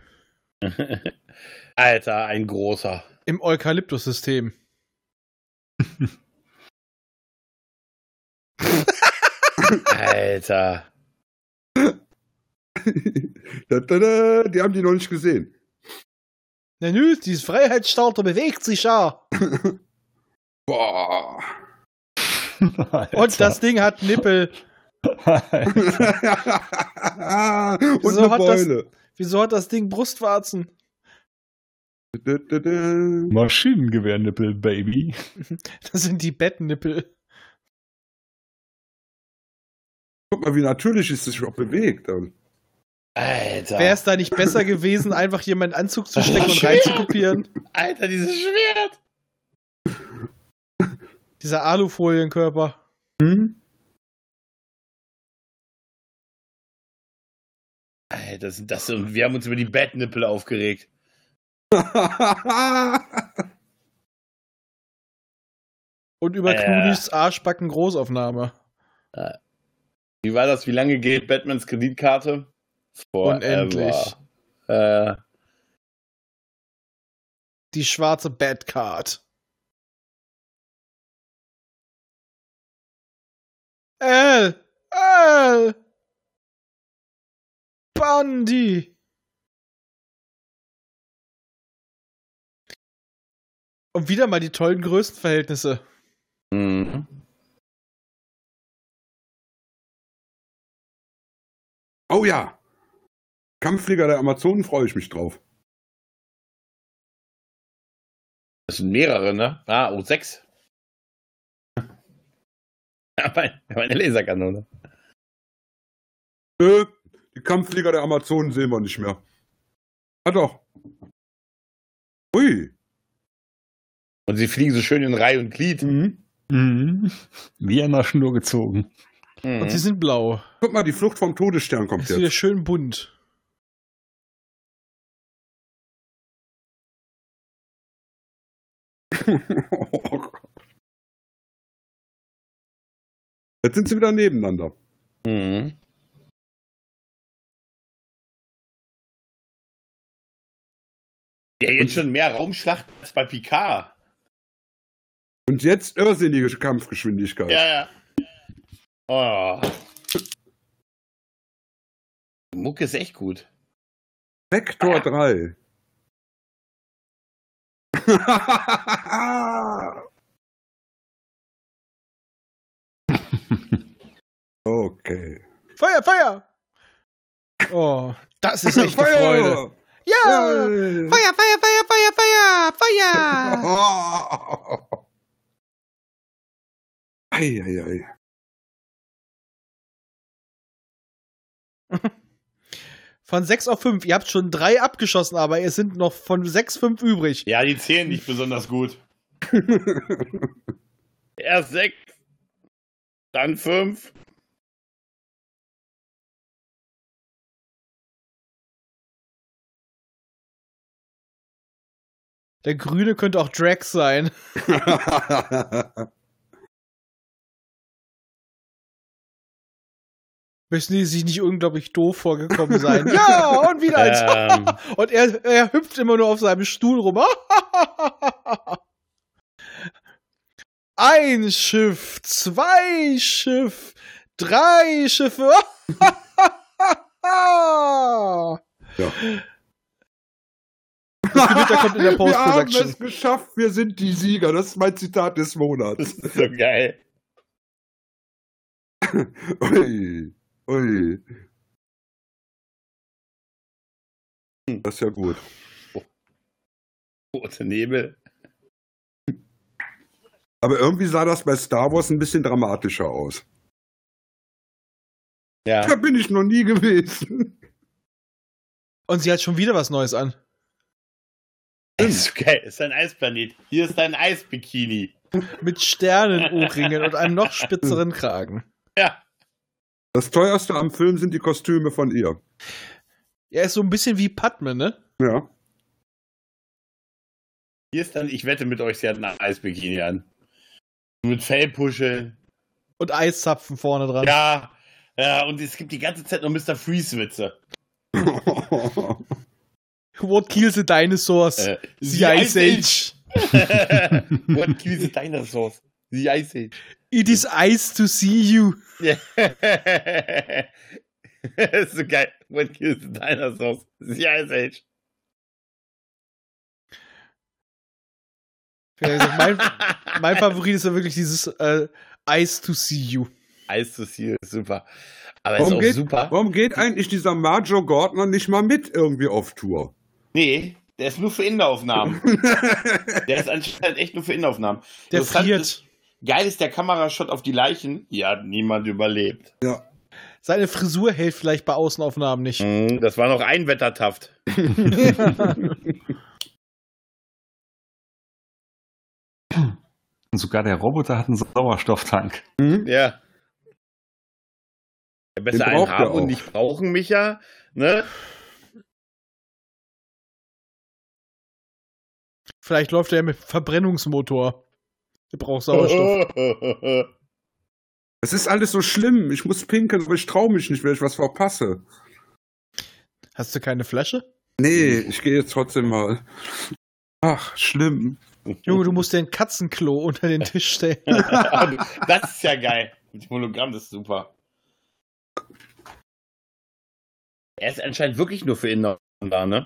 Alter, ein großer. Im Eukalyptus-System. Alter. Die haben die noch nicht gesehen. Na nü, dieses Freiheitsstarter bewegt sich ja. Boah. Und das Ding hat Nippel. Und eine Beule. Wieso hat das Ding Brustwarzen? Maschinengewehrnippel, Baby. Das sind die Bettnippel. Guck mal, wie natürlich es sich auch bewegt. Alter. Wäre es da nicht besser gewesen, einfach jemanden Anzug zu stecken und reinzukopieren? Alter, dieses Schwert. Dieser Alufolienkörper. Hm? Alter, das und wir haben uns über die Bettnippel aufgeregt. Und über Clooney's Arschbacken Großaufnahme. Wie war das? Wie lange geht Batmans Kreditkarte? Unendlich. Die schwarze Batcard. Bundy. Und wieder mal die tollen Größenverhältnisse. Mhm. Oh ja. Kampfflieger der Amazonen, freue ich mich drauf. Das sind mehrere, ne? Ah, 6. Meine Laserkanone. Die Kampfflieger der Amazonen sehen wir nicht mehr. Ah doch. Ui. Und sie fliegen so schön in Reihe und Glied. Mhm. Mhm. Wie an der Schnur gezogen. Und sie sind blau. Guck mal, die Flucht vom Todesstern kommt Ist wieder jetzt. schön bunt. Oh Gott. Jetzt sind sie wieder nebeneinander. Mhm. Ja, jetzt schon mehr Raumschlachten als bei Picard. Und jetzt irrsinnige Kampfgeschwindigkeit. Ja. Oh. Die Mucke ist echt gut. Vektor 3. Okay. Feuer, Feuer! Oh, das ist echt eine Freude. Ja! Feuer, Feuer, Feuer, Feuer, Feuer, Feuer! Ei. Von 6 auf 5. Ihr habt schon 3 abgeschossen, aber es sind noch von 6 5 übrig. Ja, die zählen nicht besonders gut. Erst 6, dann 5. Der Grüne könnte auch Drax sein. Müssen die sich nicht unglaublich doof vorgekommen sein? Ja, und wieder eins. Und er hüpft immer nur auf seinem Stuhl rum. Ein Schiff, 2 Schiff, 3 Schiffe. Ja. Das Gewitter kommt in der Wir haben Post-Production. es geschafft, wir sind die Sieger. Das ist mein Zitat des Monats. Das ist so geil. Ui. Das ist ja gut. Rote Nebel. Aber irgendwie sah das bei Star Wars ein bisschen dramatischer aus. Ja. Da bin ich noch nie gewesen. Und sie hat schon wieder was Neues an. Das ist geil. Das ist ein Eisplanet. Hier ist dein Eisbikini. Mit Sternenohrringen und einem noch spitzeren Kragen. Ja. Das teuerste am Film sind die Kostüme von ihr. Er ist so ein bisschen wie Padme, ne? Ja. Hier ist dann, ich wette mit euch, sie hat ein Eisbikini an. Mit Fellpuscheln. Und Eiszapfen vorne dran. Ja. Ja, und es gibt die ganze Zeit noch Mr. Freeze-Witze. What kills the dinosaurs? The Ice Age. What kills the dinosaurs? The Ice Age. It is ice to see you. Ja. Das ist so geil. What kills the dinosaurs? The Ice Age. Mein Favorit ist ja wirklich dieses Ice to see you. Ice to see you ist super. Aber ist auch super. Warum geht eigentlich dieser Major Gardner nicht mal mit irgendwie auf Tour? Nee, der ist nur für Innenaufnahmen. Der ist anscheinend echt nur für Innenaufnahmen. Der friert. Geil ist der Kamerashot auf die Leichen. Hier hat niemand überlebt. Ja. Seine Frisur hält vielleicht bei Außenaufnahmen nicht. Das war noch ein Wettertaft. Und sogar der Roboter hat einen Sauerstofftank. Ja. Besser einen braucht er haben und auch. nicht brauchen, Micha. Ne? Vielleicht läuft er mit Verbrennungsmotor. Der braucht Sauerstoff. Es ist alles so schlimm. Ich muss pinkeln, aber ich traue mich nicht, wenn ich was verpasse. Hast du keine Flasche? Nee, ich gehe jetzt trotzdem mal. Ach, schlimm. Junge, du musst dir ein Katzenklo unter den Tisch stellen. Das ist ja geil. Mit dem Hologramm, das ist super. Er ist anscheinend wirklich nur für Innen da, ne?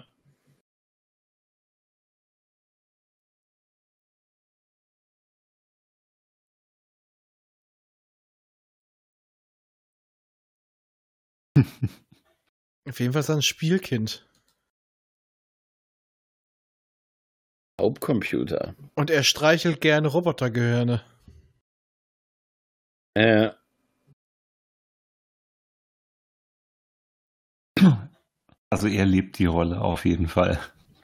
Auf jeden Fall ist er ein Spielkind. Hauptcomputer. Und er streichelt gerne Robotergehirne. Also er lebt die Rolle auf jeden Fall.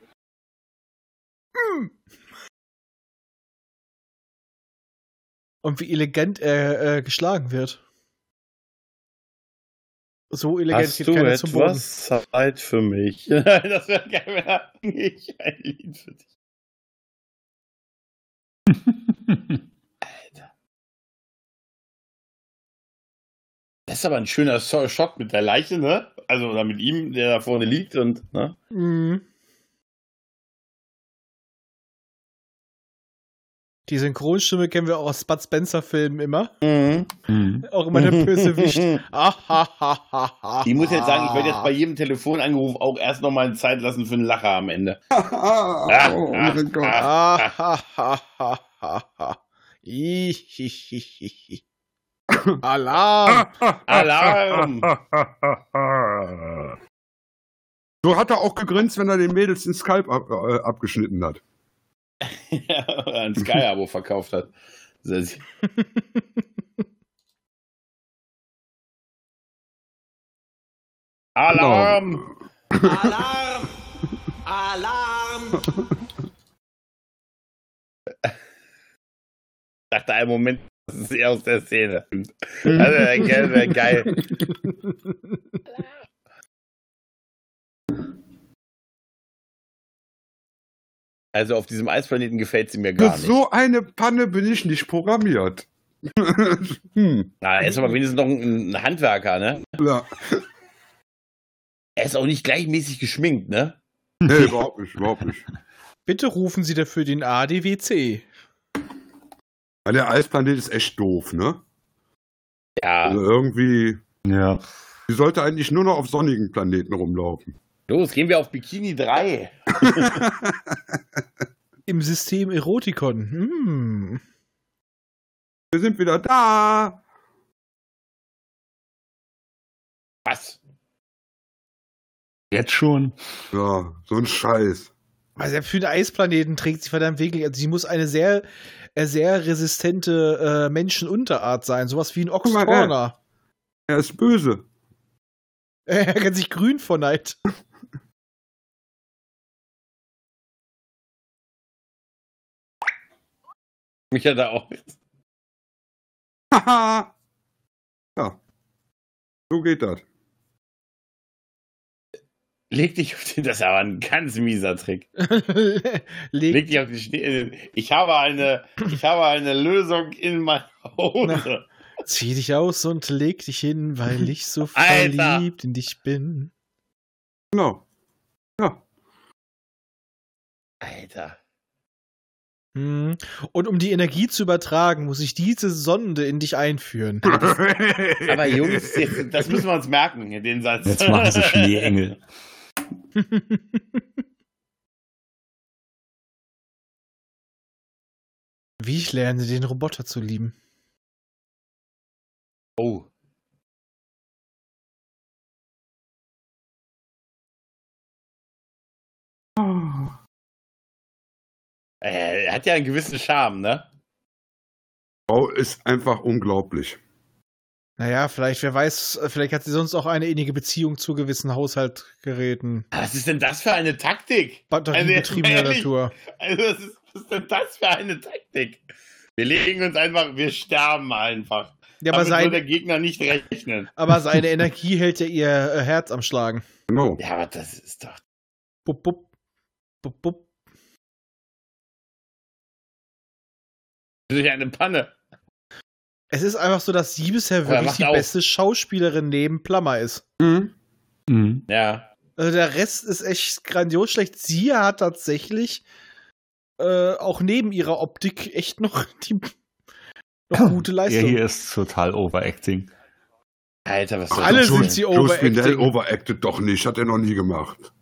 Und wie elegant er geschlagen wird. So elegant Hast geht du keiner zum Boden. etwas Zeit für mich? Das wäre geil, wenn er nicht ein Lied für dich. Alter. Das ist aber ein schöner Shot mit der Leiche, ne? Also, oder mit ihm, der da vorne liegt und, ne? Mhm. Die Synchronstimme kennen wir auch aus Bud Spencer-Filmen immer. Auch immer der Bösewicht. Ich muss jetzt sagen, ich werde jetzt bei jedem Telefonanruf auch erst nochmal eine Zeit lassen für einen Lacher am Ende. Oh mein Gott. Alarm! Alarm! So hat er auch gegrinst, wenn er den Mädels den Skalp abgeschnitten hat. Ein Sky-Abo verkauft hat. Alarm! Alarm! Alarm! Ich dachte einen Moment, das ist eher aus der Szene. Also, wäre geil. Also auf diesem Eisplaneten gefällt sie mir gar Für nicht. so eine Panne bin ich nicht programmiert. Na, er ist aber wenigstens noch ein Handwerker, ne? Ja. Er ist auch nicht gleichmäßig geschminkt, ne? Nee, überhaupt nicht, überhaupt nicht. Bitte rufen Sie dafür den ADWC. Ja, der Eisplanet ist echt doof, ne? Ja. Also irgendwie, Ja. die sollte eigentlich nur noch auf sonnigen Planeten rumlaufen. Los, gehen wir auf Bikini 3. Im System Erotikon. Wir sind wieder da. Was? Jetzt schon. Ja, so ein Scheiß. Also für den Eisplaneten trägt sie verdammt wirklich. Also sie muss eine sehr resistente Menschenunterart sein. Sowas wie ein Guck mal, Oxtorner. Er ist böse. Er kann sich grün vor Neid. Mich hat er auch. Haha. Ja. So geht das. Leg dich auf den. Das ist aber ein ganz mieser Trick. Leg dich auf die Schnee. Ich habe eine Lösung in meiner Hose. Zieh dich aus und leg dich hin, weil ich so Alter. verliebt in dich bin. Genau. Ja. Alter. Und um die Energie zu übertragen, muss ich diese Sonde in dich einführen. Aber Jungs, das müssen wir uns merken, den Satz. Jetzt machen sie Schneeengel. Wie ich lerne, den Roboter zu lieben. Oh. Er hat ja einen gewissen Charme, ne? Frau ist einfach unglaublich. Naja, vielleicht, wer weiß, vielleicht hat sie sonst auch eine innige Beziehung zu gewissen Haushaltgeräten. Was ist denn das für eine Taktik? Batteriebetriebener Also, ehrlich, Natur. Also, was ist denn das für eine Taktik? Wir legen uns einfach, wir sterben einfach. Ja, aber, Damit soll der Gegner nicht rechnen. aber seine Energie hält ja ihr Herz am Schlagen. Genau. Ja, aber das ist doch. Bup, bup. Bup, bup. Durch eine Panne. Es ist einfach so, dass sie bisher Aber er wirklich macht die auf. beste Schauspielerin neben Plummer ist. Mhm. Mhm. Ja. Also der Rest ist echt grandios schlecht. Sie hat tatsächlich auch neben ihrer Optik echt noch gute Er Leistung. hier ist total Overacting. Alter, was soll Alle das sind denn? sie Joe Spinell overacting. overacted doch nicht. Hat er noch nie gemacht.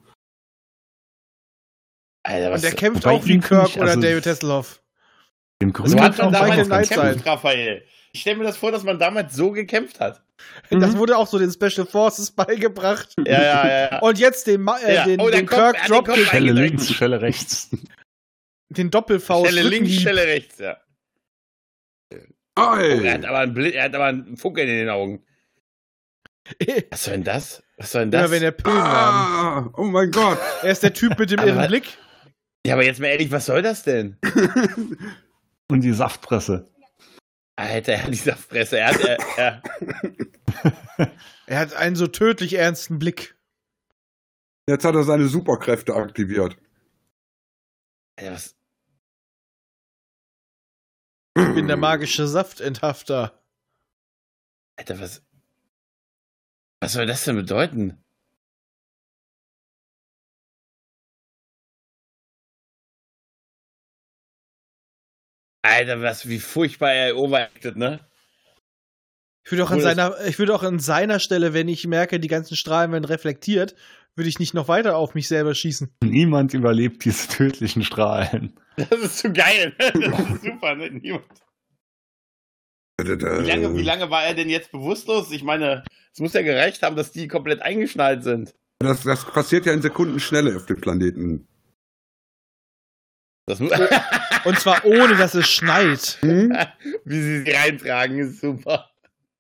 Alter, Und der was kämpft Wobei auch wie ihn Kirk finde ich, oder also- David Hasselhoff. Dem so Grünen hat kann man auch Michael damals Knight gekämpft, sein. Raphael. Ich stelle mir das vor, dass man damals so gekämpft hat. Das wurde auch so den Special Forces beigebracht. Ja. Und jetzt den, Ja. den, Oh, der den kommt- Kirk der Dropkick, kommt Schelle direkt. links, Schelle rechts. den Doppelfaust. Stelle links, Rückenhieb. Stelle rechts, ja. Oh, Ei. er hat aber einen Funkel in den Augen. Was soll denn das? Was soll denn Immer das? wenn er Pillen haben. Oh mein Gott. Er ist der Typ mit dem Aber irren was- Blick. Ja, aber jetzt mal ehrlich, was soll das denn? Und die Saftpresse. Alter, er hat die Saftpresse. Er hat einen so tödlich ernsten Blick. Jetzt hat er seine Superkräfte aktiviert. Alter, was? Ich bin der magische Saftenthafter. Alter, was soll das denn bedeuten? Alter, wie furchtbar er overacted, ne? Ich würde auch an seiner Stelle, wenn ich merke, die ganzen Strahlen werden reflektiert, würde ich nicht noch weiter auf mich selber schießen. Niemand überlebt diese tödlichen Strahlen. Das ist zu geil. Das ist super, ne? Niemand. Wie lange war er denn jetzt bewusstlos? Ich meine, es muss ja gereicht haben, dass die komplett eingeschnallt sind. Das passiert ja in Sekundenschnelle auf dem Planeten. Das Und zwar ohne, dass es schneit. Wie sie reintragen, ist super.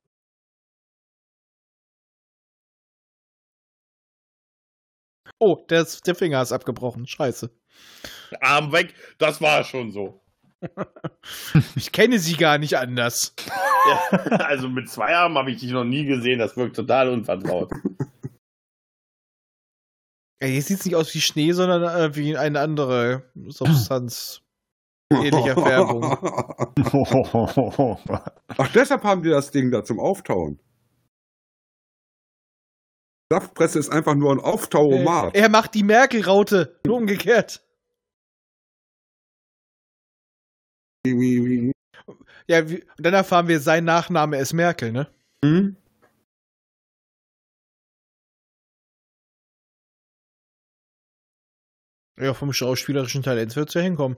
Oh, der Finger ist abgebrochen. Scheiße. Arm weg, das war schon so. Ich kenne sie gar nicht anders. Ja, also mit 2 Armen habe ich dich noch nie gesehen, das wirkt total unvertraut. Ey, hier sieht es nicht aus wie Schnee, sondern wie eine andere Substanz. Ähnlicher Färbung. Ach, deshalb haben die das Ding da zum Auftauen. Saftpresse ist einfach nur ein Auftauomat. Er macht die Merkel-Raute. Nur umgekehrt. Ja, und dann erfahren wir, sein Nachname ist Merkel, ne? Hm? Ja, vom schauspielerischen Talent wird es ja hinkommen.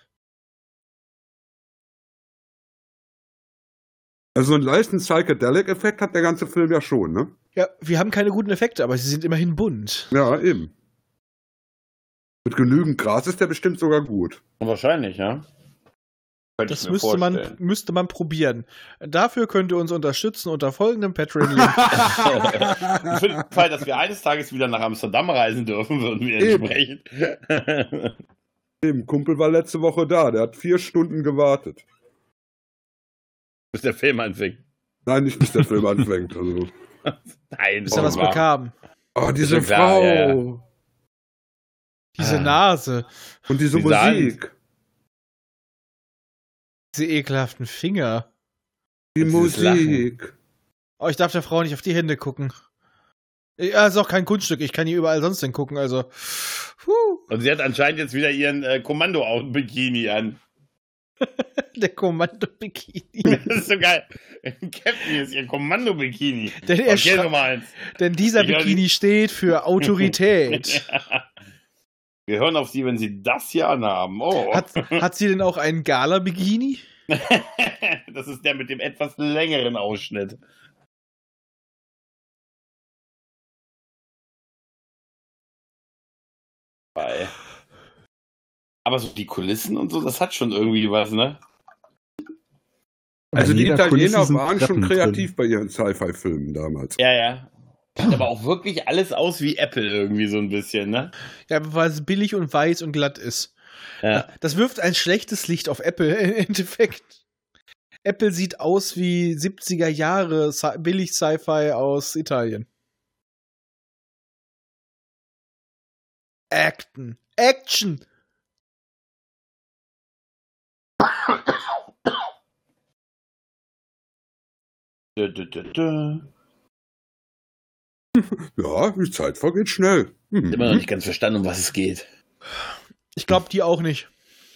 Also einen leichten Psychedelic-Effekt hat der ganze Film ja schon, ne? Ja, wir haben keine guten Effekte, aber sie sind immerhin bunt. Ja, eben. Mit genügend Gras ist der bestimmt sogar gut. Wahrscheinlich, ja. Das müsste man probieren. Dafür könnt ihr uns unterstützen unter folgendem Patreon-Link. Für den Fall, dass wir eines Tages wieder nach Amsterdam reisen dürfen, würden wir entsprechend. Eben, Kumpel war letzte Woche da, der hat 4 Stunden gewartet. Bis der Film anfängt. Nein, nicht bis der Film anfängt. Also. Nein, Bis er was bekam. Oh, diese Ist ja klar, Frau. ja. Diese Nase. Und diese Diese Hand. Musik. Diese ekelhaften Finger. Die Dieses Musik. Oh, ich darf der Frau nicht auf die Hände gucken. Ja, ist auch kein Kunststück. Ich kann hier überall sonst hingucken, also. Und sie hat anscheinend jetzt wieder ihren Kommando-Bikini an. Der Kommando-Bikini. Das ist so geil. Captain ist ihr Kommando-Bikini. Denn, Okay, Nummer 1. denn dieser Ich höre Bikini steht für Autorität. Wir hören auf sie, wenn sie das hier anhaben. Oh. Hat sie denn auch einen Gala-Bikini? Das ist der mit dem etwas längeren Ausschnitt. Aber so die Kulissen und so, das hat schon irgendwie was, ne? Also die jeder Kulisse Italiener sind waren schon Treppen kreativ bei ihren Sci-Fi-Filmen damals. Ja, ja. Sieht aber auch wirklich alles aus wie Apple irgendwie so ein bisschen, ne? Ja, weil es billig und weiß und glatt ist. Ja. Das wirft ein schlechtes Licht auf Apple im Endeffekt. Apple sieht aus wie 70er Jahre billig Sci-Fi aus Italien. Action! Ja, die Zeit vergeht schnell. Immer noch nicht ganz verstanden, um was es geht. Ich glaube, die auch nicht.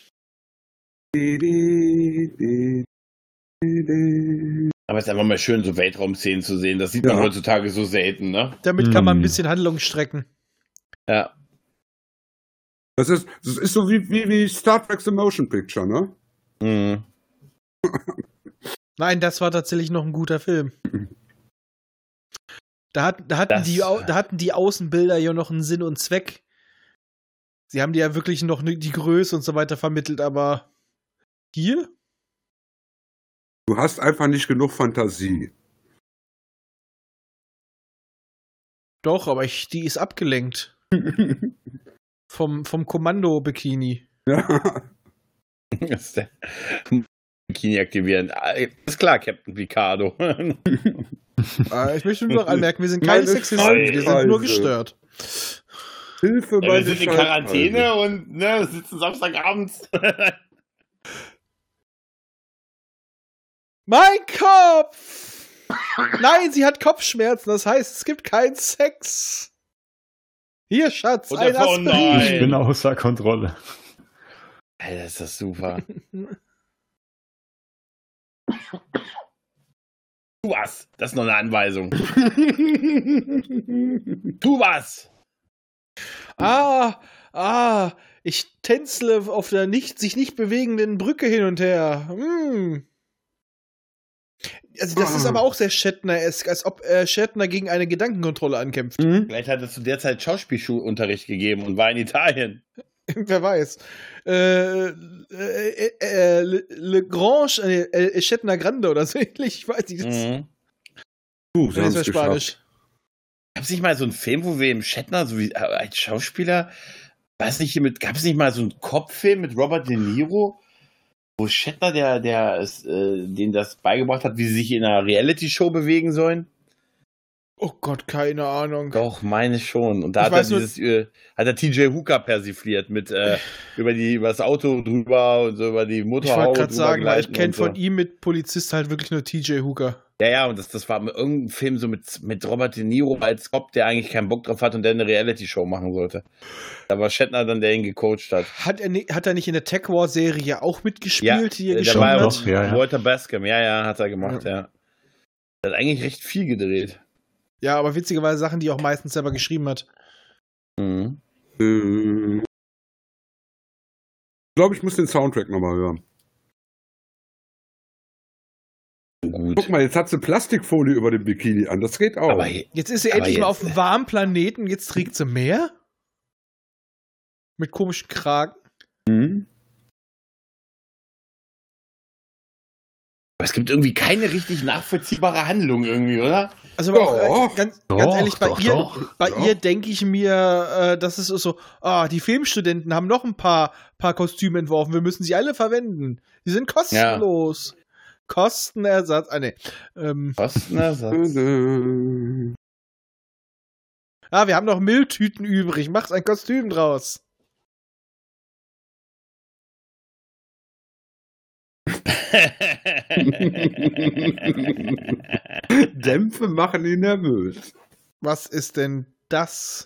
Aber es ist einfach mal schön, so Weltraumszenen zu sehen. Das sieht man Ja. heutzutage so selten, ne? Damit kann man ein bisschen Handlung strecken. Ja. Das ist so wie Star Trek The Motion Picture, ne? Mhm. Nein, das war tatsächlich noch ein guter Film. Da hatten die Außenbilder ja noch einen Sinn und Zweck. Sie haben dir ja wirklich noch die Größe und so weiter vermittelt, aber hier? Du hast einfach nicht genug Fantasie. Doch, aber die ist abgelenkt. Vom Kommando-Bikini. Ja. Das ist der Bikini aktivieren. Ist klar, Captain Picardo. Ich möchte nur noch anmerken, wir sind keine Meine Sexisten, wir sind nur Scheiße. gestört. Hilfe Ja, bei wir sind in Quarantäne und ne, sitzen Samstagabends. Mein Kopf! Nein, sie hat Kopfschmerzen, das heißt, es gibt keinen Sex. Hier, Schatz, Und ein der Frau, Aspirin. nein. Ich bin außer Kontrolle. Alter, ist das super. Tu was. Das ist noch eine Anweisung. Tu was. Ich tänzle auf der sich nicht bewegenden Brücke hin und her. Also das ist aber auch sehr Shatner-esk, als ob Shatner gegen eine Gedankenkontrolle ankämpft. Vielleicht hat er zu der Zeit Schauspielschulunterricht gegeben und war in Italien. Wer weiß. Le Grange, Shatner Grande oder so ähnlich, ich weiß nicht. Das Sie haben ist ja es Spanisch. geschafft. Gab es nicht mal so einen Film, wo wir im Shatner, so wie als Schauspieler, gab es nicht mal so einen Kopffilm mit Robert De Niro, wo Shatner, den das beigebracht hat, wie sie sich in einer Reality-Show bewegen sollen? Oh Gott, keine Ahnung. Doch, meine schon. Und da Ich hat er weiß nur- hat er TJ Hooker persifliert mit über das Auto drüber und so über die Ich Motorhaube wollte gerade drüber sagen, weil ich gleiten kenne und so. von ihm mit Polizist halt wirklich nur TJ Hooker. Ja, und das war mit irgendeinem Film so mit Robert De Niro als Cop, der eigentlich keinen Bock drauf hat und der eine Reality-Show machen sollte. Da war Shatner dann, der ihn gecoacht hat. Hat er nicht in der Tech War-Serie auch mitgespielt, die er der geschaut war hat? doch, ja. Walter Bascom, ja, hat er gemacht, ja. Er hat eigentlich recht viel gedreht. Ja, aber witzigerweise Sachen, die er auch meistens selber geschrieben hat. Mhm. Ich glaube, ich muss den Soundtrack nochmal hören. Gut. Guck mal, jetzt hat sie Plastikfolie über dem Bikini an. Das geht auch. Aber Jetzt ist sie Aber endlich mal jetzt- auf einem warmen Planeten, jetzt trägt sie mehr? Mit komischen Kragen. es gibt irgendwie keine richtig nachvollziehbare Handlung irgendwie, oder? Also aber auch, Doch. ganz Doch, ehrlich, bei doch. ihr denke ich mir, das ist so, die Filmstudenten haben noch ein paar Kostüme entworfen, wir müssen sie alle verwenden. Die sind kostenlos. Kostenersatz, Kostenersatz. wir haben noch Mülltüten übrig, mach's ein Kostüm draus. Dämpfe machen ihn nervös. Was ist denn das?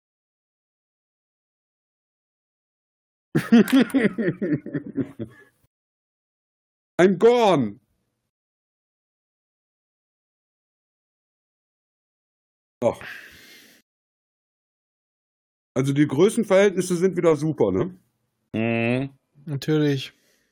Ein Gorn. Ach. Also die Größenverhältnisse sind wieder super, ne? Mhm. Natürlich.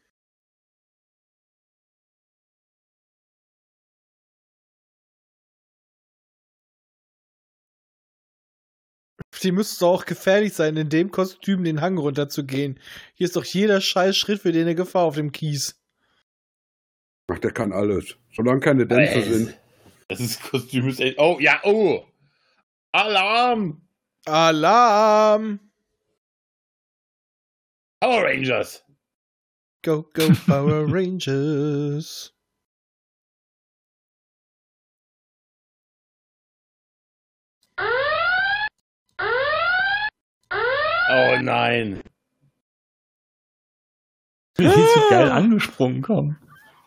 Die müsste auch gefährlich sein, in dem Kostüm den Hang runterzugehen. Hier ist doch jeder scheiß Schritt für den eine Gefahr auf dem Kies. Ach, der kann alles. Solange keine Dämpfe sind. Das Kostüm ist echt. Oh, ja, oh! Alarm! Alarm! Power Rangers! Go, go, Power Rangers! Oh nein! Wie die so geil angesprungen kommen.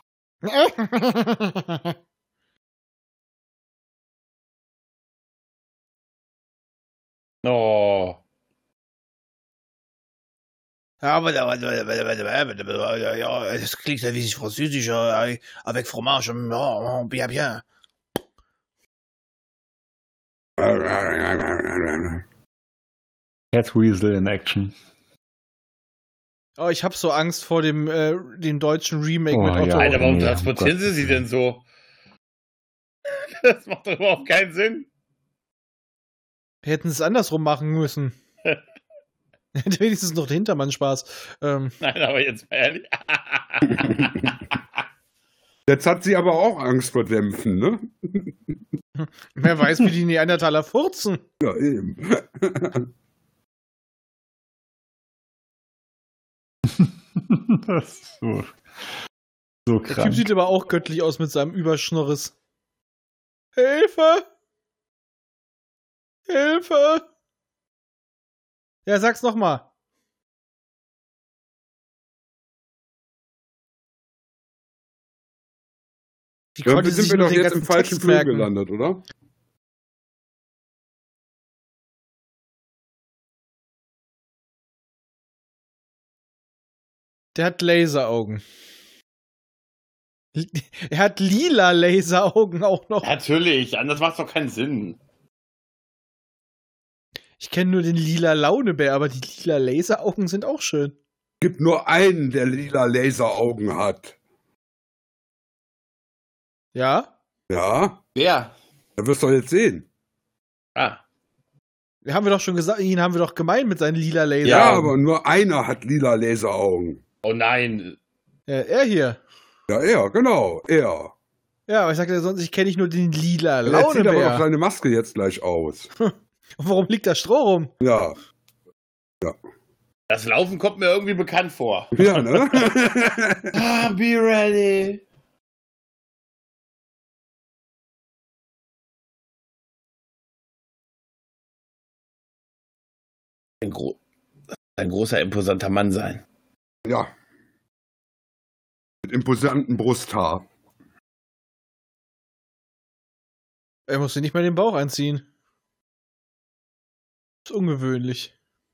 Oh. Ja, aber das klingt ja wie sich französisch, avec fromage, bien, bien. Catweasel in Action. Oh, ich hab so Angst vor dem deutschen Remake Oh, mit Otto. ja. Alter, warum nee, transportieren um sie sie denn so? Das macht doch überhaupt keinen Sinn. Hätten sie es andersrum machen müssen. Hätte wenigstens noch der Hintermann Spaß. Nein, aber jetzt mal ehrlich. Jetzt hat sie aber auch Angst vor Dämpfen, ne? Wer weiß, wie die Neandertaler furzen. Ja, eben. Das ist so Der Typ krank. sieht aber auch göttlich aus mit seinem Überschnorres. Hilfe! Hilfe! Ja, sag's nochmal. Die Irgendwie konnte sind sich wir nur doch den jetzt im ganzen falschen Text Film merken. gelandet, oder? Der hat Laseraugen. Er hat lila Laseraugen auch noch. Natürlich, anders macht doch keinen Sinn. Ich kenne nur den lila Launebär, aber die lila Laseraugen sind auch schön. Gibt nur einen, der lila Laseraugen hat. Ja? Ja, Wer? da wirst du doch jetzt sehen. Ah. Haben wir doch schon gesagt, ihn haben wir doch gemeint mit seinen lila Laser. Ja, aber nur einer hat lila Laseraugen. Oh nein. Er hier. Ja, er, genau, er. Ja, aber ich sagte sonst, ich kenne nicht nur den lila Er zieht aber doch Launebär. seine Maske jetzt gleich aus. Und warum liegt da Stroh rum? Ja. Das Laufen kommt mir irgendwie bekannt vor. Ja, ne? Ah, be ready. Ein großer, imposanter Mann sein. Ja. Mit imposantem Brusthaar. Er muss sich nicht mal den Bauch einziehen. Ist ungewöhnlich.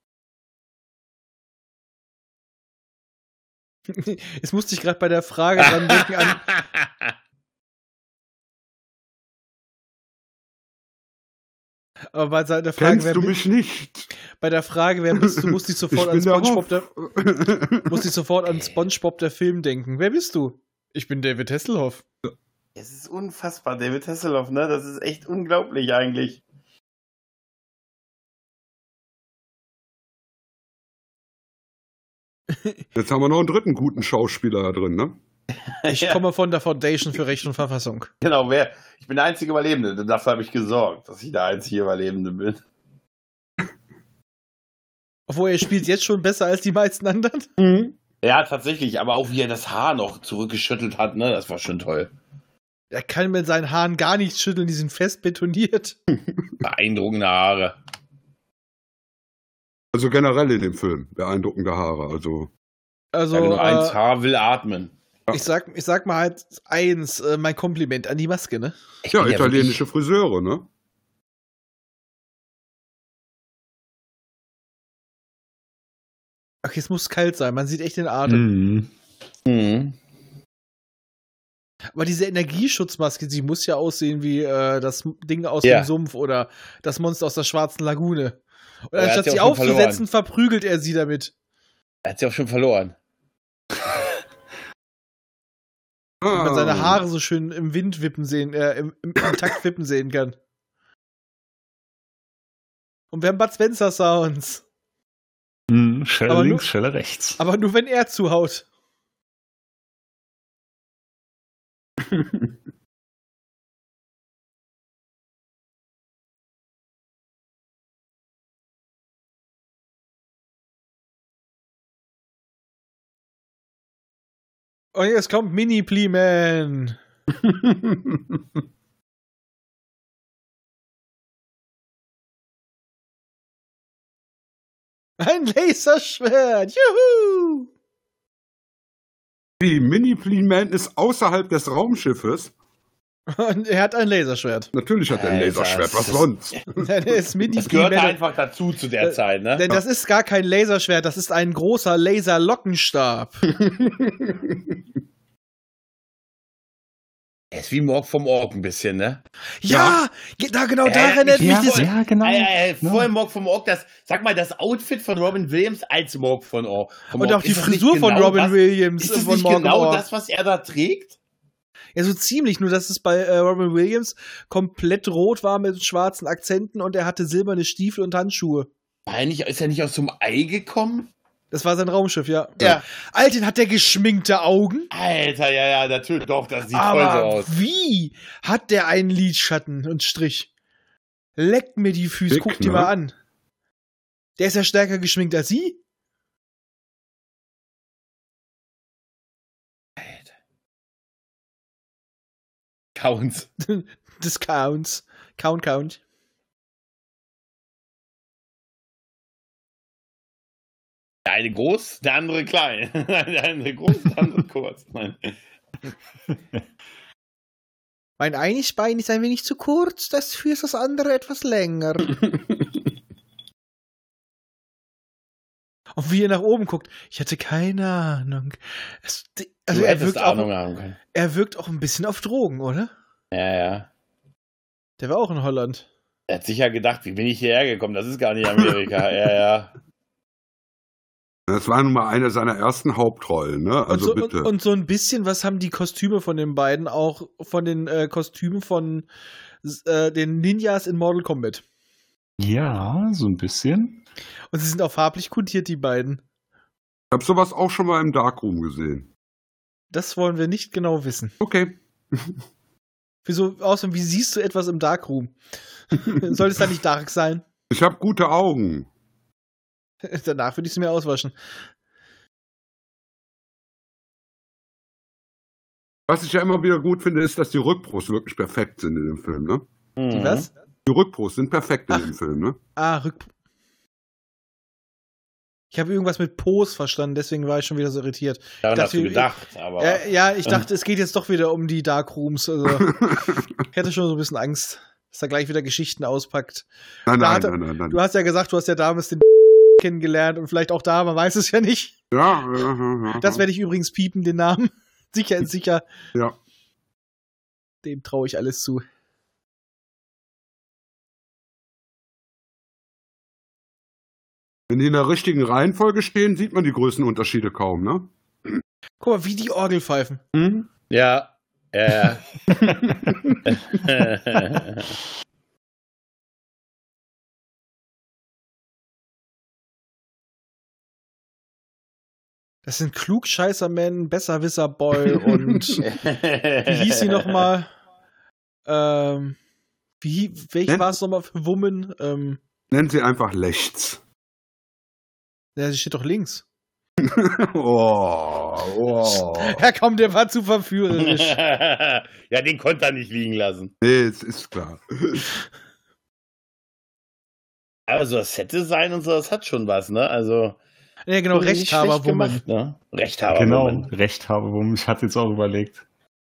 Jetzt musste ich gerade bei der Frage dran denken an. Aber bei der Frage, Kennst du mich nicht? bei der Frage, wer bist du, musste ich sofort an bin der SpongeBob Hoff. musste ich sofort an SpongeBob der Film denken. Wer bist du? Ich bin David Hasselhoff. Es ist unfassbar, David Hasselhoff, ne? Das ist echt unglaublich eigentlich. Jetzt haben wir noch einen dritten guten Schauspieler da drin, ne? Ich komme von der Foundation für Recht und Verfassung. Genau, ich bin der einzige Überlebende. Dafür habe ich gesorgt, dass ich der einzige Überlebende bin. Obwohl er spielt jetzt schon besser als die meisten anderen. Ja, tatsächlich, aber auch wie er das Haar noch zurückgeschüttelt hat, ne? Das war schon toll. Er kann mit seinen Haaren gar nichts schütteln, die sind fest betoniert. Beeindruckende Haare. Also generell in dem Film. Beeindruckende Haare. Also. Also, Sage nur eins, Haar will atmen. ich sag mal halt eins, mein Kompliment an die Maske, ne? Ich Ja, bin italienische Friseure, ne? Okay, es muss kalt sein, man sieht echt den Atem. Mhm. Aber diese Energieschutzmaske, die muss ja aussehen wie das Ding aus Ja. dem Sumpf oder das Monster aus der Schwarzen Lagune. Und er hat anstatt sie sie auch schon aufzusetzen, verprügelt er sie damit. Er hat sie auch schon verloren. Wenn man Ah. seine Haare so schön im Wind wippen sehen, im Takt wippen sehen kann. Und wir haben Bud Spencer Sounds. Schelle Aber links, nur- Schelle rechts. Aber nur wenn er zuhaut. Und jetzt kommt Mini Pleeman. Ein Laserschwert. Juhu! Die Mini-Plean-Man ist außerhalb des Raumschiffes. Und er hat ein Laserschwert. Natürlich hat er ein Alter, Laserschwert, was das- sonst? Der ist Mini Das gehört Pleeman. einfach dazu zu der Zeit, ne? Denn das ist gar kein Laserschwert, das ist ein großer Laserlockenstab. Er ist wie Morg vom Ork ein bisschen, ne? Ja, da genau daran erinnert mich das. Ja, genau. Vorher Morg vom Ork, sag mal, das Outfit von Robin Williams als Morg von Ork. Und auch die Frisur von Robin Williams Ist das von nicht Morgan genau Orr. das, was er da trägt? Ja, so ziemlich, nur dass es bei Robin Williams komplett rot war mit schwarzen Akzenten und er hatte silberne Stiefel und Handschuhe. Ist er nicht aus so einem Ei gekommen? Das war sein Raumschiff, ja. Ja. Alter, hat der geschminkte Augen? Alter, ja, natürlich doch, das sieht voll so Aber aus. wie hat der einen Lidschatten und Strich? Leck mir die Füße, Dick, guck die ne? mal an. Der ist ja stärker geschminkt als sie. Counts. Das counts. Count. Der eine groß, der andere klein. Der eine groß, der andere kurz. Nein. Mein eine Bein ist ein wenig zu kurz, dafür ist das andere etwas länger. Und wie er nach oben guckt. Ich hatte keine Ahnung. Du Er hättest wirkt, Ahnung auch, haben können. er wirkt auch ein bisschen auf Drogen, oder? Ja. Der war auch in Holland. Er hat sicher gedacht, wie bin ich hierher gekommen? Das ist gar nicht Amerika. Ja. Das war nun mal eine seiner ersten Hauptrollen, ne? Also bitte. Und so ein bisschen, was haben die Kostüme von den beiden auch von den Kostümen von den Ninjas in Mortal Kombat? Ja, so ein bisschen. Und sie sind auch farblich kodiert, die beiden. Ich habe sowas auch schon mal im Darkroom gesehen. Das wollen wir nicht genau wissen. Okay. Wieso, außerdem, wie siehst du etwas im Darkroom? Soll es da nicht dark sein? Ich habe gute Augen. Danach würde ich es mir auswaschen. Was ich ja immer wieder gut finde, ist, dass die Rückpros wirklich perfekt sind in dem Film, ne? Die was? Die Rückpros sind perfekt in dem Film, ne? Ich habe irgendwas mit Pos verstanden, deswegen war ich schon wieder so irritiert. Daran hast du gedacht, aber. Ja, ich dachte, es geht jetzt doch wieder um die Darkrooms. Also, ich hatte schon so ein bisschen Angst, dass er gleich wieder Geschichten auspackt. Nein. Du hast ja gesagt, du hast ja damals den kennengelernt und vielleicht auch da, man weiß es ja nicht. Ja. Das werde ich übrigens piepen, den Namen. Sicher ist sicher. Ja. Dem traue ich alles zu. Wenn die in der richtigen Reihenfolge stehen, sieht man die Größenunterschiede kaum, ne? Guck mal, wie die Orgelpfeifen. Hm? Ja. Das sind Klugscheißer-Man, Besserwisser-Boy und wie hieß sie nochmal? Welch war es nochmal für Woman? Nennen sie einfach Lechts. Ja, sie steht doch links. Oh. Ja, komm, der war zu verführerisch. Ja, den konnte er nicht liegen lassen. Nee, es ist klar. Aber so das Set-Design und so, das hat schon was, ne? Also. Ja, genau, nicht schlecht Rechthaber-Woman. gemacht, ne? Rechthaber. Genau, Rechthaber-Woman. Ich hatte jetzt auch überlegt.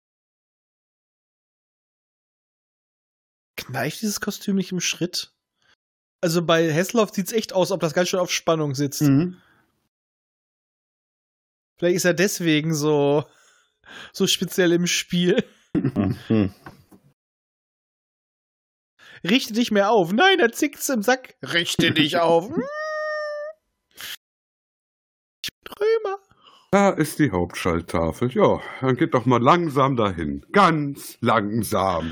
Kneift dieses Kostüm nicht im Schritt? Also bei Hasselhoff sieht's echt aus, ob das ganz schön auf Spannung sitzt. Mhm. Vielleicht ist er deswegen so speziell im Spiel. Mhm. Richte dich mehr auf. Nein, er zickt's im Sack. Richte dich auf. Ich bin Römer. Da ist die Hauptschalttafel. Ja, dann geht doch mal langsam dahin. Ganz langsam.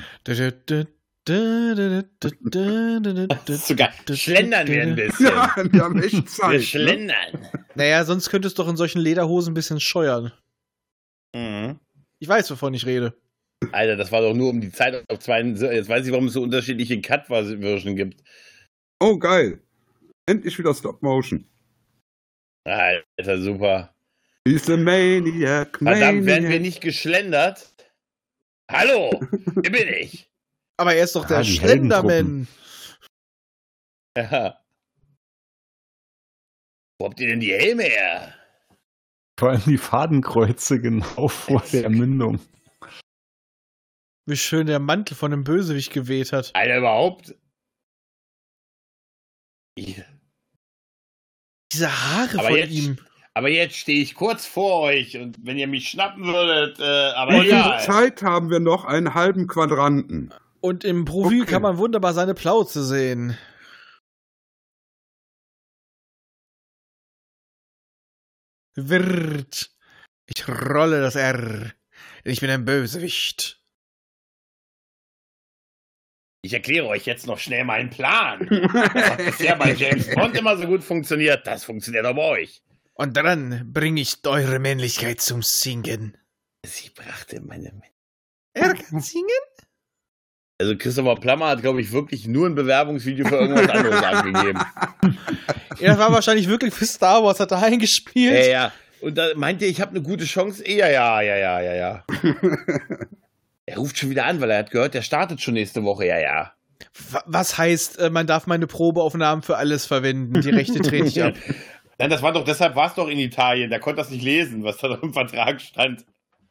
Sogar schlendern wir ein bisschen. Ja, wir haben echt Zeit. Wir Ne? schlendern. Naja, sonst könnte es doch in solchen Lederhosen ein bisschen scheuern. Mhm. Ich weiß, wovon ich rede. Alter, das war doch nur um die Zeit auf zwei. Jetzt weiß ich, warum es so unterschiedliche Cut-Versionen gibt. Oh, geil. Endlich wieder Stop-Motion. Alter, super. He's a maniac, Verdammt, werden wir nicht geschlendert? Hallo, hier bin ich. Aber er ist doch der die Schlenderman. Ja. Wo habt ihr denn die Helme her? Vor allem die Fadenkreuze genau vor der Mündung. Wie schön der Mantel von dem Bösewicht geweht hat. Alter, überhaupt? Diese Haare Aber von jetzt- ihm. Aber jetzt stehe ich kurz vor euch und wenn ihr mich schnappen würdet, aber Wie viel egal. Zeit haben wir noch? Einen halben Quadranten. Und im Profil Okay. kann man wunderbar seine Plauze sehen. Wirt. Ich rolle das R. Ich bin ein Bösewicht. Ich erkläre euch jetzt noch schnell meinen Plan. Was bisher bei James Bond immer so gut funktioniert, das funktioniert auch bei euch. Und dann bringe ich eure Männlichkeit zum Singen. Sie brachte meine... Er kann singen? Also Christopher Plummer hat, glaube ich, wirklich nur ein Bewerbungsvideo für irgendwas anderes angegeben. Ja, das war wahrscheinlich wirklich für Star Wars, hat er eingespielt. Ja. Und da meint ihr, ich habe eine gute Chance? Ja. Er ruft schon wieder an, weil er hat gehört, der startet schon nächste Woche. Ja. Was heißt, man darf meine Probeaufnahmen für alles verwenden? Die Rechte trete ich ab. Nein, deshalb war es doch in Italien. Da konnte das nicht lesen, was da im Vertrag stand.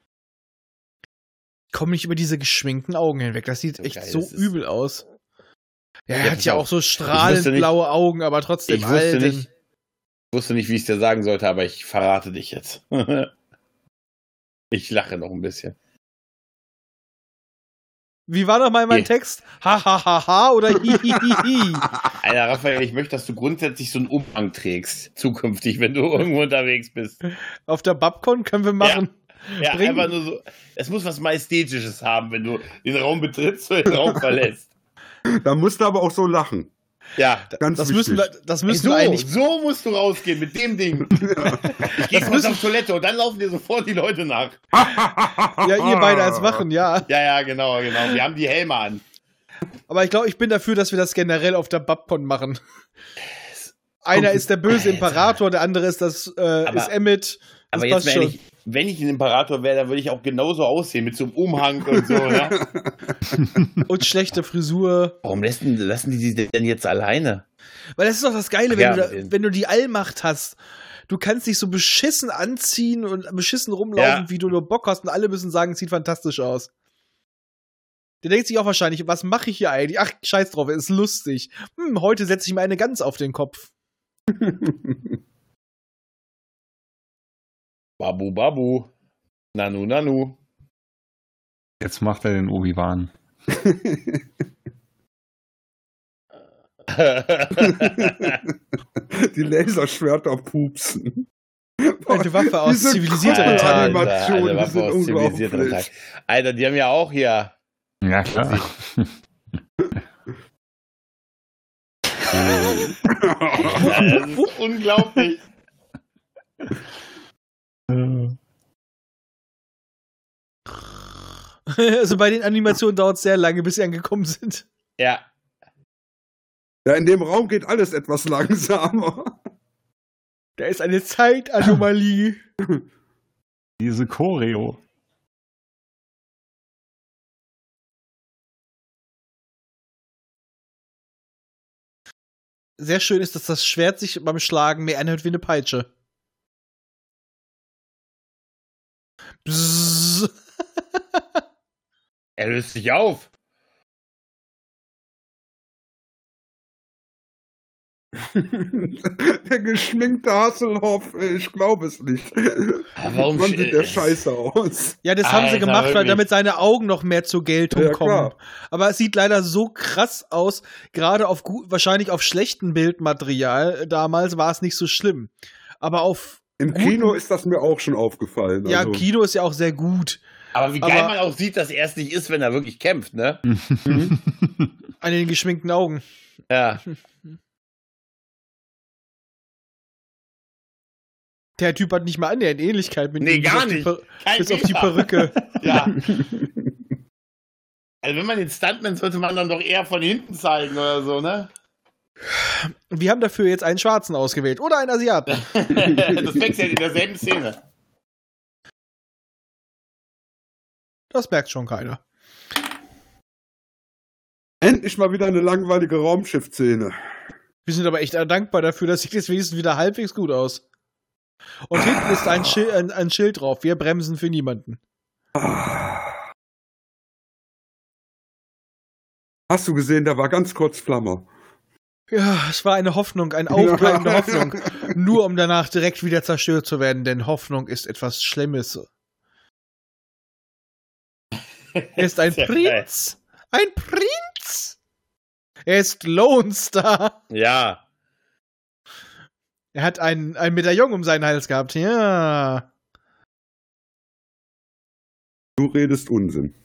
Ich komme nicht über diese geschminkten Augen hinweg. Das sieht So echt geil so ist es. übel aus. Ja, er Ja, hat pass ja auf. auch so strahlend nicht- blaue Augen, aber trotzdem Ich wusste alten. nicht, wie ich es dir sagen sollte, aber ich verrate dich jetzt. Ich lache noch ein bisschen. Wie war noch mal mein Text? Ha, ha, ha, ha oder hi, hi, hi, hi. Alter, Raphael, ich möchte, dass du grundsätzlich so einen Umhang trägst, zukünftig, wenn du irgendwo unterwegs bist. Auf der Babcon können wir machen. Ja, einfach nur so. Es muss was Majestätisches haben, wenn du den Raum betrittst oder den Raum verlässt. Da musst du aber auch so lachen. Ja, Ganz Das wichtig. müssen wir eigentlich. so musst du rausgehen mit dem Ding. Ich gehe kurz auf Toilette und dann laufen dir sofort die Leute nach. Ja, ihr beide als Wachen, ja. Ja, genau. Wir haben die Helme an. Aber ich glaube, ich bin dafür, dass wir das generell auf der Babcon machen. Einer ist der böse Imperator, der andere ist ist Emmett. Das Aber jetzt passt mal schon. ehrlich, wenn ich ein Imperator wäre, dann würde ich auch genauso aussehen, mit so einem Umhang und so, ja? Und schlechte Frisur. Warum lassen die denn jetzt alleine? Weil das ist doch das Geile, wenn du die Allmacht hast. Du kannst dich so beschissen anziehen und beschissen rumlaufen, wie du nur Bock hast, und alle müssen sagen, es sieht fantastisch aus. Der denkt sich auch wahrscheinlich, was mache ich hier eigentlich? Ach, scheiß drauf, ist lustig. Heute setze ich mir eine Gans auf den Kopf. Babu, Babu. Nanu, Nanu. Jetzt macht er den Obi-Wan. Die Laserschwerter pupsen. Eine Waffe aus Diese zivilisierteren Tagen. Animationen, Eine die Waffe sind aus zivilisierteren unglaublich. Tagen. Alter, die haben ja auch hier. Ja, klar. Das ist unglaublich. Also bei den Animationen dauert es sehr lange, bis sie angekommen sind. Ja. Ja, in dem Raum geht alles etwas langsamer. Da ist eine Zeitanomalie. Diese Choreo. Sehr schön ist, dass das Schwert sich beim Schlagen mehr anhört wie eine Peitsche. Bzzz. Er löst sich auf. Der geschminkte Hasselhoff, ich glaube es nicht. Warum Wann sieht der scheiße aus? Ja, das haben sie Alter, gemacht, weil wirklich. damit seine Augen noch mehr zur Geltung Ja, kommen. klar. Aber es sieht leider so krass aus, gerade auf wahrscheinlich auf schlechtem Bildmaterial damals war es nicht so schlimm. Aber auf Im Kino ist das mir auch schon aufgefallen. ja, also. Kino ist ja auch sehr gut. Aber wie geil Aber- man auch sieht, dass er es nicht ist, wenn er wirklich kämpft, ne? An den geschminkten Augen. Ja. Der Typ hat nicht mal annähernd Ähnlichkeit mit Nee, ihm, gar bis auf die nicht. Per- Kein Bis auf die Meter. Perücke. Ja. Also wenn man den Stuntman sollte man dann doch eher von hinten zeigen oder so, ne? Wir haben dafür jetzt einen Schwarzen ausgewählt. Oder einen Asiaten. Das wechselt in derselben Szene. Das merkt schon keiner. Endlich mal wieder eine langweilige Raumschiff-Szene. Wir sind aber echt dankbar dafür, das sieht jetzt wenigstens wieder halbwegs gut aus. Und hinten ist ein Schild drauf. Wir bremsen für niemanden. Hast du gesehen, da war ganz kurz Flamme. Ja, es war eine Hoffnung, eine aufbleibende Hoffnung. Nur um danach direkt wieder zerstört zu werden, denn Hoffnung ist etwas Schlimmes. Er ist ein Sehr Prinz. Ein Prinz. Er ist Lone Star. Ja. Er hat ein Medaillon um seinen Hals gehabt. Ja. Du redest Unsinn.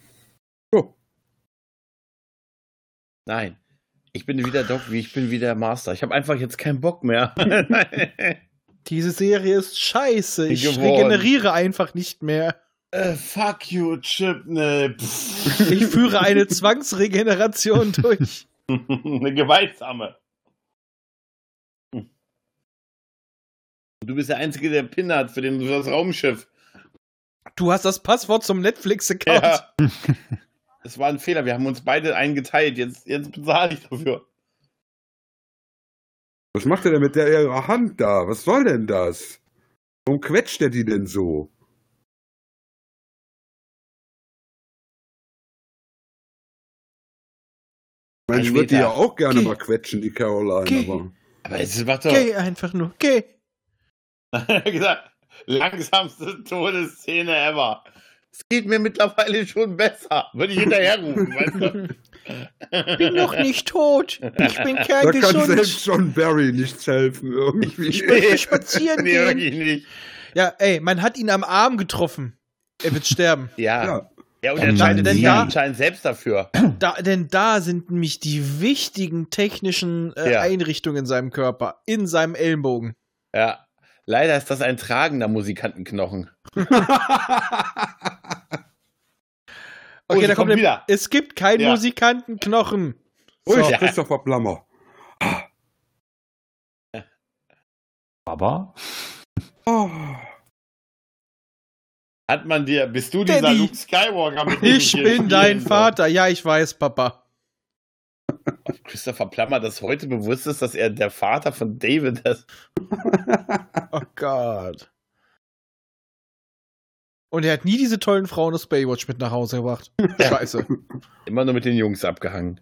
Nein. Ich bin wieder Doc, ich bin wieder Master. Ich habe einfach jetzt keinen Bock mehr. Diese Serie ist scheiße. Ich Geworden. regeneriere einfach nicht mehr. Fuck you, Chip. Ne. Ich führe eine Zwangsregeneration durch. Eine gewaltsame. Du bist der Einzige, der PIN hat für das Raumschiff. Du hast das Passwort zum Netflix-Account. Ja. Es war ein Fehler. Wir haben uns beide einen geteilt. Jetzt bezahle ich dafür. Was macht er denn mit ihrer Hand da? Was soll denn das? Warum quetscht er die denn so? Mensch, ich würde die ja auch gerne mal quetschen, die Caroline, Geh. aber. Aber es macht doch. Geh einfach nur. Geh. gesagt, langsamste Todesszene ever. Es geht mir mittlerweile schon besser. Würde ich hinterherrufen, weißt du? Bin noch nicht tot. Ich bin Da kann kerngesund. selbst John Barry nichts helfen irgendwie. Ich möchte spazieren Nee, gehen. wirklich nicht. Ja, ey, man hat ihn am Arm getroffen. Er wird sterben. Ja. Ja. Ja, und Dann er entscheidet denn sich da- ja anscheinend selbst dafür. Denn da sind nämlich die wichtigen technischen Ja. Einrichtungen in seinem Körper, in seinem Ellenbogen. Ja. Leider ist das ein tragender Musikantenknochen. Okay, sie da kommt kommt wieder. Es gibt keinen Ja. Musikantenknochen. Ruhig, So. Ja. Christopher Plummer. Aber Oh. Bist du dieser Daddy. Luke Skywalker? Mit dem Ich du hier bin dein spielen Vater. Ja, ich weiß, Papa. sollst? Christopher Plummer, dass heute bewusst ist, dass er der Vater von David ist. Oh Gott. Und er hat nie diese tollen Frauen aus Baywatch mit nach Hause gebracht. Scheiße. Immer nur mit den Jungs abgehangen.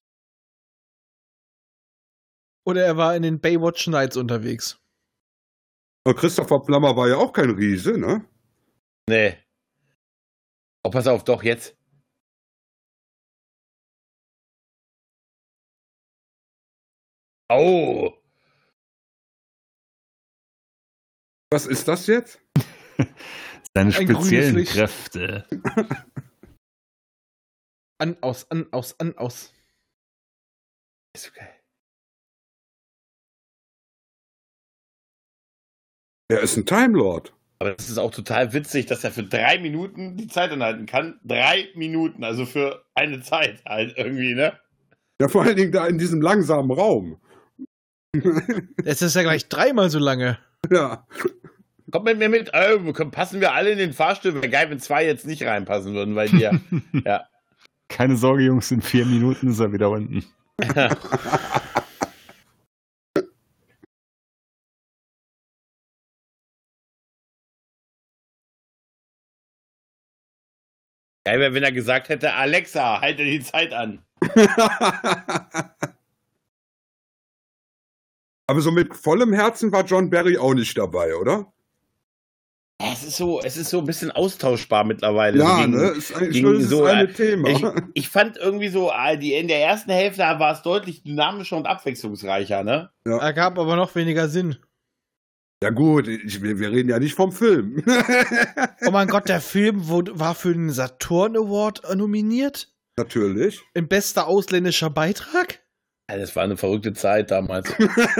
Oder er war in den Baywatch Nights unterwegs. Und Christopher Plummer war ja auch kein Riese, ne? Nee. Oh, pass auf, doch, jetzt. Oh. Was ist das jetzt? seine Ein grünes speziellen Licht. Kräfte. An, aus, an, aus, an, aus. Ist so geil. Er ist ein Time Lord. Aber das ist auch total witzig, dass er für 3 Minuten die Zeit anhalten kann. 3 Minuten, also für eine Zeit halt irgendwie, ne? Ja, vor allen Dingen da in diesem langsamen Raum. Es ist ja gleich 3-mal so lange. Ja. Kommt mit mir mit. Passen wir alle in den Fahrstuhl. Wäre geil, wenn 2 jetzt nicht reinpassen würden bei dir. Ja. Keine Sorge, Jungs, in 4 Minuten ist er wieder unten. Geil wäre, wenn er gesagt hätte, Alexa, halte die Zeit an. Aber so mit vollem Herzen war John Barry auch nicht dabei, oder? Es ist so ein bisschen austauschbar mittlerweile. Ja, So gegen- ne? Ist eigentlich gegen nur das so, eine Thema. Ich fand irgendwie so, in der ersten Hälfte war es deutlich dynamischer und abwechslungsreicher, ne? Er gab aber noch weniger Sinn. Ja gut, wir reden ja nicht vom Film. Oh mein Gott, der Film war für den Saturn Award nominiert? Natürlich. In bester ausländischer Beitrag? Ja, das war eine verrückte Zeit damals.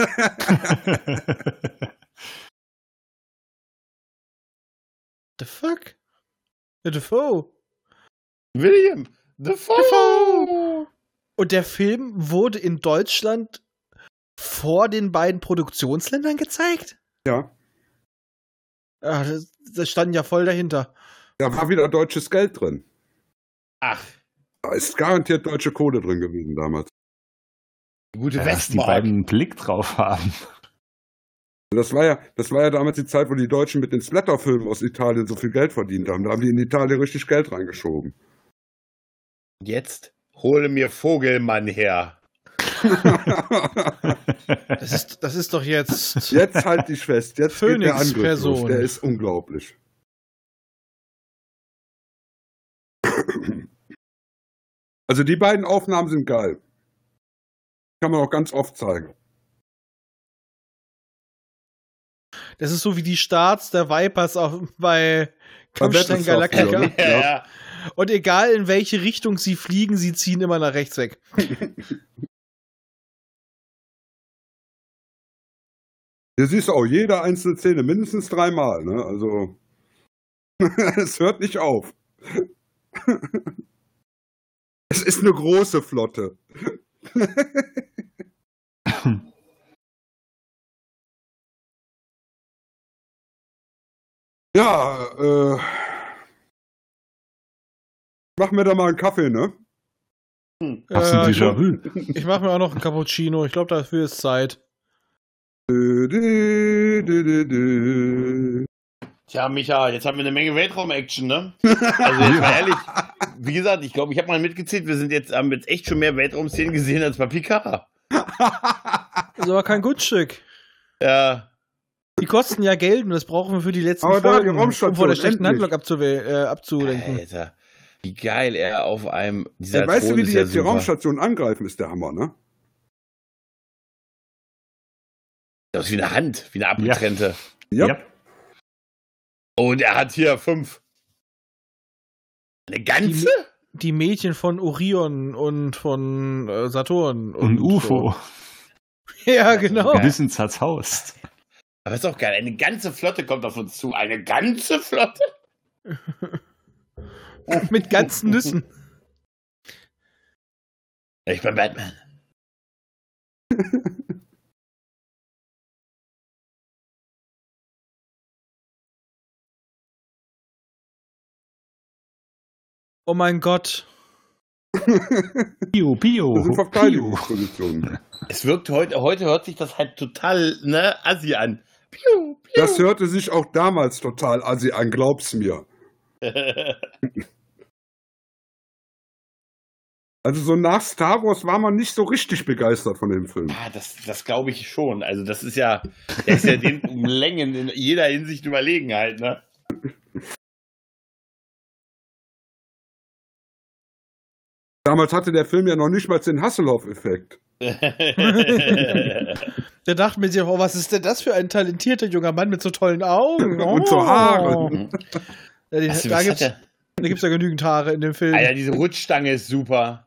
The fuck? The Foe. William Dafoe! Und der Film wurde in Deutschland vor den beiden Produktionsländern gezeigt? Ja. Ja, das standen ja voll dahinter. Da war wieder deutsches Geld drin. Ach, Da ist garantiert deutsche Kohle drin gewesen damals. die gute Ja, dass die Westmark. beiden einen Blick drauf haben. Das war ja damals die Zeit, wo die Deutschen mit den Splatterfilmen aus Italien so viel Geld verdient haben. Da haben die in Italien richtig Geld reingeschoben. Jetzt hole mir Vogelmann her. Das ist doch jetzt. Jetzt halt dich fest. Jetzt geht der Angriff los. Phönix-Person. Der ist unglaublich. Also die beiden Aufnahmen sind geil. Kann man auch ganz oft zeigen. Das ist so wie die Starts der Vipers bei Kampfstein Battlestar Galactica. Galactica. Ja. Ja. Und egal in welche Richtung sie fliegen, sie ziehen immer nach rechts weg. Hier siehst du auch jede einzelne Szene mindestens 3-mal. Ne? Also es hört nicht auf. Es ist eine große Flotte. Ja, mach mir da mal einen Kaffee, ne? Hast du ein Déjà-vu? Ich mache mir auch noch einen Cappuccino. Ich glaube, dafür ist Zeit. Tja, Micha, jetzt haben wir eine Menge Weltraum-Action, ne? Also jetzt mal ehrlich, wie gesagt, ich glaube, ich habe mal mitgezählt, haben jetzt echt schon mehr Weltraum-Szenen gesehen als bei Picard. Das ist aber kein Gutstück. Ja. Die kosten ja Geld und das brauchen wir für die letzten Aber da, die Folgen, Raumstation, um von der schlechten endlich. Handlung abzulenken. Alter, wie geil er auf einem. Dieser Weißt du, Thron wie ist die ja jetzt die super. Raumstation angreifen, ist der Hammer, ne? Das ist wie eine Hand, wie eine abgetrennte. Ja. Und er hat hier 5. Eine ganze? Die Mädchen von Orion und von Saturn. Und UFO. So. Ja, genau. Ein bisschen zerzaust. Aber ist auch geil. Eine ganze Flotte kommt auf uns zu. Eine ganze Flotte? Mit ganzen Nüssen. Ich bin Batman. Oh mein Gott. Bio, Bio. Das sind Verteidigungspositionen. Es wirkt heute hört sich das halt total, ne, assi an. Piu, piu. Das hörte sich auch damals total assi an, glaub's mir. Also so nach Star Wars war man nicht so richtig begeistert von dem Film. Ja, das glaube ich schon. Also das ist ja, der ist ja den um Längen in jeder Hinsicht überlegen halt, ne? Damals hatte der Film ja noch nicht mal den Hasselhoff-Effekt. Der dachte mir sich, oh, was ist denn das für ein talentierter junger Mann mit so tollen Augen? Oh. Und so Haare. Ja, Was da hat gibt's der? ja genügend Haare in dem Film. Alter, diese Rutschstange ist super.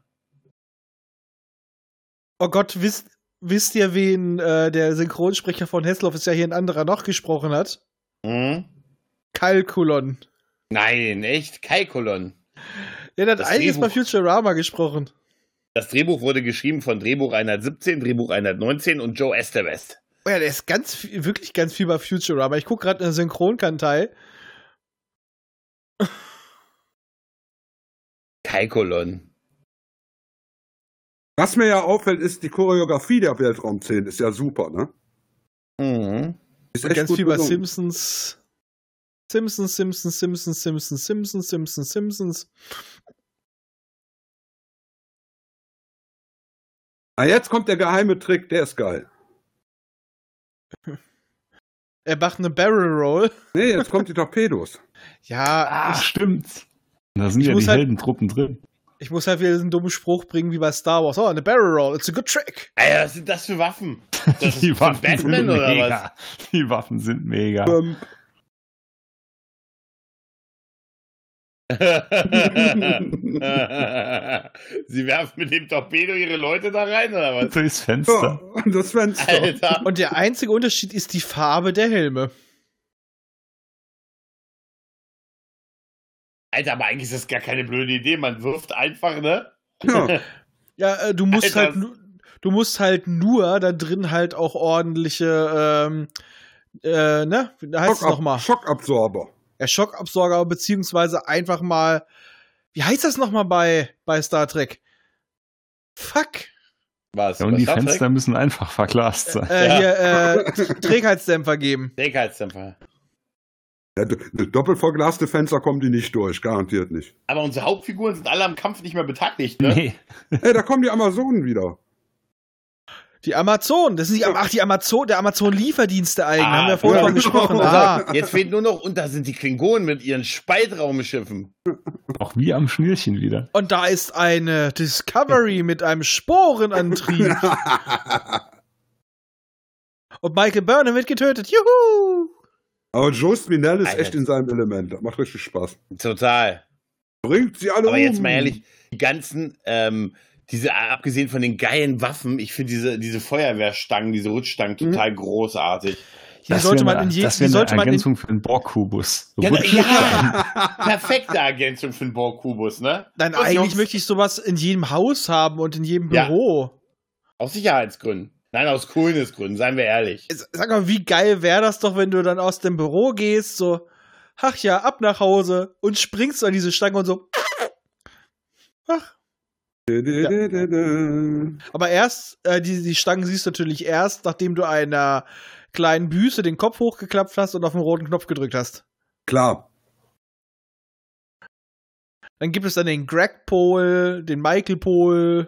Oh Gott, wisst ihr, wen der Synchronsprecher von Hasselhoff ist ja hier ein anderer noch gesprochen hat? Hm? Kalkulon. Nein, echt? Kaikolon. Der hat Das einiges bei Drehbuch. Futurama gesprochen. Das Drehbuch wurde geschrieben von Drehbuch 117, Drehbuch 119 und Joe Estevest. Oh ja, der ist wirklich ganz viel bei Futurama. Ich gucke gerade eine Synchronkantai. Kaikolon. Was mir ja auffällt, ist die Choreografie der Weltraumszenen. Ist ja super, ne? Mhm. Ist Und echt ganz gut viel bei gelungen. Simpsons. Simpsons. Ah, jetzt kommt der geheime Trick, der ist geil. Er macht eine Barrel Roll. Nee, jetzt kommt die Torpedos. Ja, Ah, stimmt. Da sind Ich ja muss die halt- Heldentruppen drin. ich muss halt wieder diesen dummen Spruch bringen wie bei Star Wars. Oh, eine Barrel Roll, it's a good trick. Alter, was sind das für Waffen? Das Die ist von Waffen Batman sind oder mega. Die Waffen sind mega. was? Sie werfen mit dem Torpedo ihre Leute da rein, oder was? Durchs Ja, Fenster. das Fenster. Alter. Und der einzige Unterschied ist die Farbe der Helme. Alter, aber eigentlich ist das gar keine blöde Idee. Man wirft einfach, ne? Ja. Ja, du musst Alter. du musst halt nur da drin halt auch ordentliche, ne? Wie heißt es nochmal? Schockabsorber. Ja, Schockabsorber, beziehungsweise einfach mal, wie heißt das nochmal bei Star Trek? Fuck. Was? Ja, und die Star Trek? Fenster müssen einfach verglast sein. Hier, Trägheitsdämpfer geben. Trägheitsdämpfer. Ja, doppelt verglaste Fenster kommen die nicht durch, garantiert nicht. Aber unsere Hauptfiguren sind alle am Kampf nicht mehr beteiligt, ne? Nee. Ey, da kommen die Amazonen wieder. Die Amazon, das sind die Amazon, der Amazon-Lieferdienst der eigenen, haben wir vorhin ja. von gesprochen. Also, Ah, jetzt fehlt nur noch, und da sind die Klingonen mit ihren Spaltraumschiffen. Auch wie am Schnürchen wieder. und da ist eine Discovery mit einem Sporenantrieb. Und Michael Burnham wird getötet. Juhu! Aber Joe Spinell ist Alter. echt in seinem Element. Das macht richtig Spaß. Total. Bringt sie alle Aber um. jetzt mal ehrlich, die ganzen, abgesehen von den geilen Waffen, ich finde diese Feuerwehrstangen, diese Rutschstangen total großartig. Hier sollte man in das jedem, wäre sollte eine man in, Ergänzung für den Borg-Kubus. So Ja, Rutschstangen. ja. Perfekte Ergänzung für den Borg-Kubus, ne? nein, Und eigentlich noch- möchte ich sowas in jedem Haus haben und in jedem Ja. Büro. Aus Sicherheitsgründen. Nein, aus Coolness-Gründen, seien wir ehrlich. Sag mal, wie geil wäre das doch, wenn du dann aus dem Büro gehst, so, ach ja, ab nach Hause und springst an diese Stange und so. Ach. Aber erst, die Stangen siehst du natürlich erst, nachdem du einer kleinen Büße den Kopf hochgeklappt hast und auf den roten Knopf gedrückt hast. Klar. Dann gibt es dann den Greg Pole, den Michael Pole.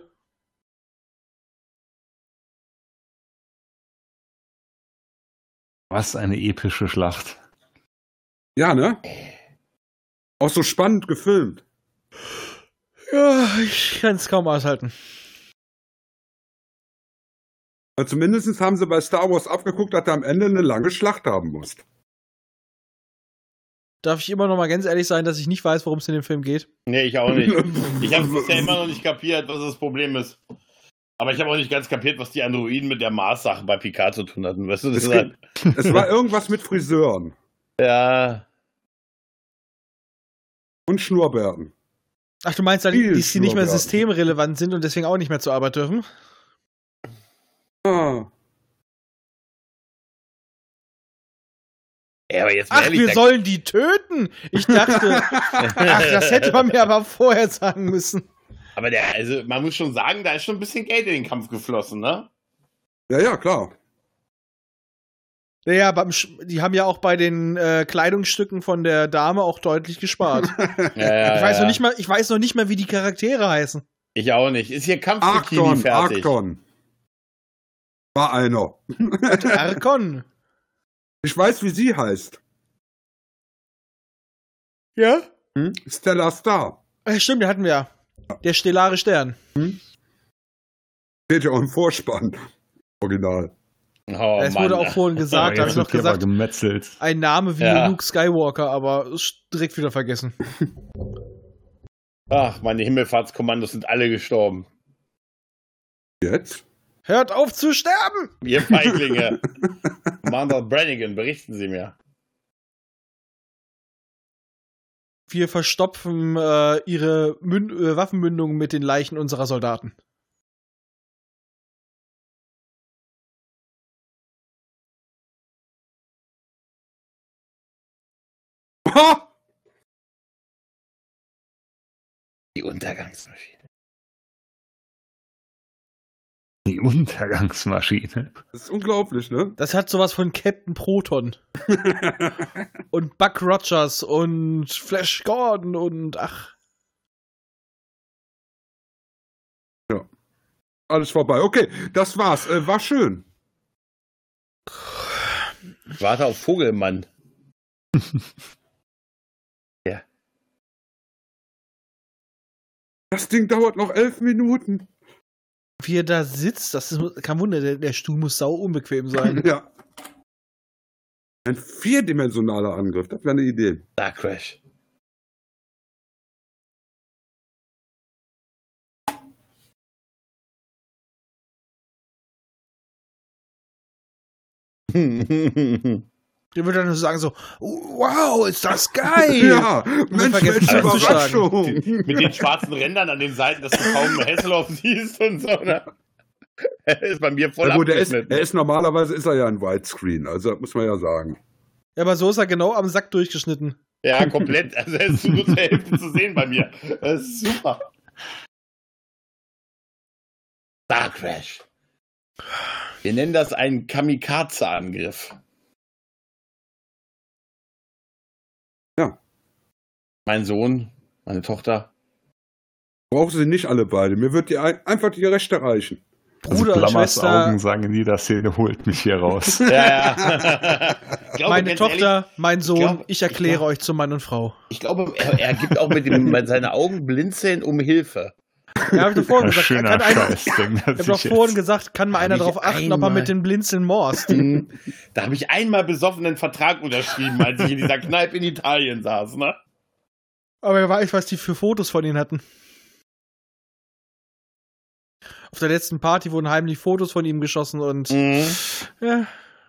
Was eine epische Schlacht. Ja, ne? Auch so spannend gefilmt. Ja, ich kann es kaum aushalten. Also zumindest haben sie bei Star Wars abgeguckt, dass du am Ende eine lange Schlacht haben musst. Darf ich immer noch mal ganz ehrlich sein, dass ich nicht weiß, worum es in dem Film geht? Nee, ich auch nicht. Ich habe bisher immer noch nicht kapiert, was das Problem ist. Aber ich habe auch nicht ganz kapiert, was die Androiden mit der Mars-Sache bei Picard zu tun hatten. Weißt du, das ist halt, Es war irgendwas mit Friseuren ja. und Schnurrbärten. Ach, du meinst, dass die nicht mehr Schnurrbärten. systemrelevant sind und deswegen auch nicht mehr zur Arbeit dürfen? Ah. Ja, aber jetzt mal Ach, ehrlich, wir sollen die töten! Ich dachte, ach, das hätte man mir aber vorher sagen müssen. aber also man muss schon sagen, da ist schon ein bisschen Geld in den Kampf geflossen, ne? Ja, klar. Naja, die haben ja auch bei den Kleidungsstücken von der Dame auch deutlich gespart. Ja, Ich weiß noch nicht mal, wie die Charaktere heißen. Ich auch nicht. Ist hier Kampfbikini fertig? Arkon. War einer. Arkon. Ich weiß, wie sie heißt. Ja? Stella Star. Stimmt, den hatten wir ja. Der stellare Stern. Steht ja auch im Vorspann. Original. Oh, Es wurde auch vorhin gesagt, habe ich noch gesagt, gemetzelt. ein Name wie Ja. Luke Skywalker, aber ist direkt wieder vergessen. Ach, meine Himmelfahrtskommandos sind alle gestorben. Jetzt? Hört auf zu sterben! Ihr Feiglinge. Commander Brannigan, berichten Sie mir. Wir verstopfen ihre Waffenmündungen mit den Leichen unserer Soldaten. Ha! Die Untergangsmaschine. Die Untergangsmaschine. Das ist unglaublich, ne? Das hat sowas von Captain Proton. Und Buck Rogers und Flash Gordon und ach. Ja. Alles vorbei. Okay, das war's. War schön. Ich warte auf Vogelmann. Ja. Das Ding dauert noch 11 Minuten. Wie er da sitzt, das ist kein Wunder, der Stuhl muss sau unbequem sein. Ja. Ein vierdimensionaler Angriff, das wäre eine Idee. Dark Crash. Der würde dann nur sagen so, wow, ist das geil! Ja, Mensch, vergessen welche zuzuschlagen. Überraschung. Mit den schwarzen Rändern an den Seiten, dass du kaum Hasselhoff siehst und so. Ne? Ist bei mir voll Ja, gut, abgeschnitten. er ist normalerweise ist er ja ein Widescreen, also das muss man ja sagen. Ja, aber so ist er genau am Sack durchgeschnitten. Ja, komplett. Also er ist nur zur Hälfte zu sehen bei mir. Das ist super. Dark Crash. Wir nennen das einen Kamikaze-Angriff. Ja. Mein Sohn, meine Tochter. Brauchen sie nicht alle beide. Mir wird einfach die Rechte reichen. Bruder und Blammers Schwester, Augen sagen in jeder Szene, holt mich hier raus. Ja. Ich glaube, meine ganz Tochter, ehrlich, mein Sohn, glaub- ich erkläre ich glaub- euch zu Mann und Frau. ich glaube, er gibt auch mit seine Augen blinzeln um Hilfe. Ja, hab ich doch vorhin Ein gesagt, schöner kann einer, Scheiß. ich hab doch vorhin gesagt, kann mal einer ich darauf achten, ob er einmal- mit den Blinzeln morst. Da habe ich einmal besoffen einen Vertrag unterschrieben, als ich in dieser Kneipe in Italien saß, ne? Aber wer weiß, was die für Fotos von ihnen hatten. Auf der letzten Party wurden heimlich Fotos von ihm geschossen und ja.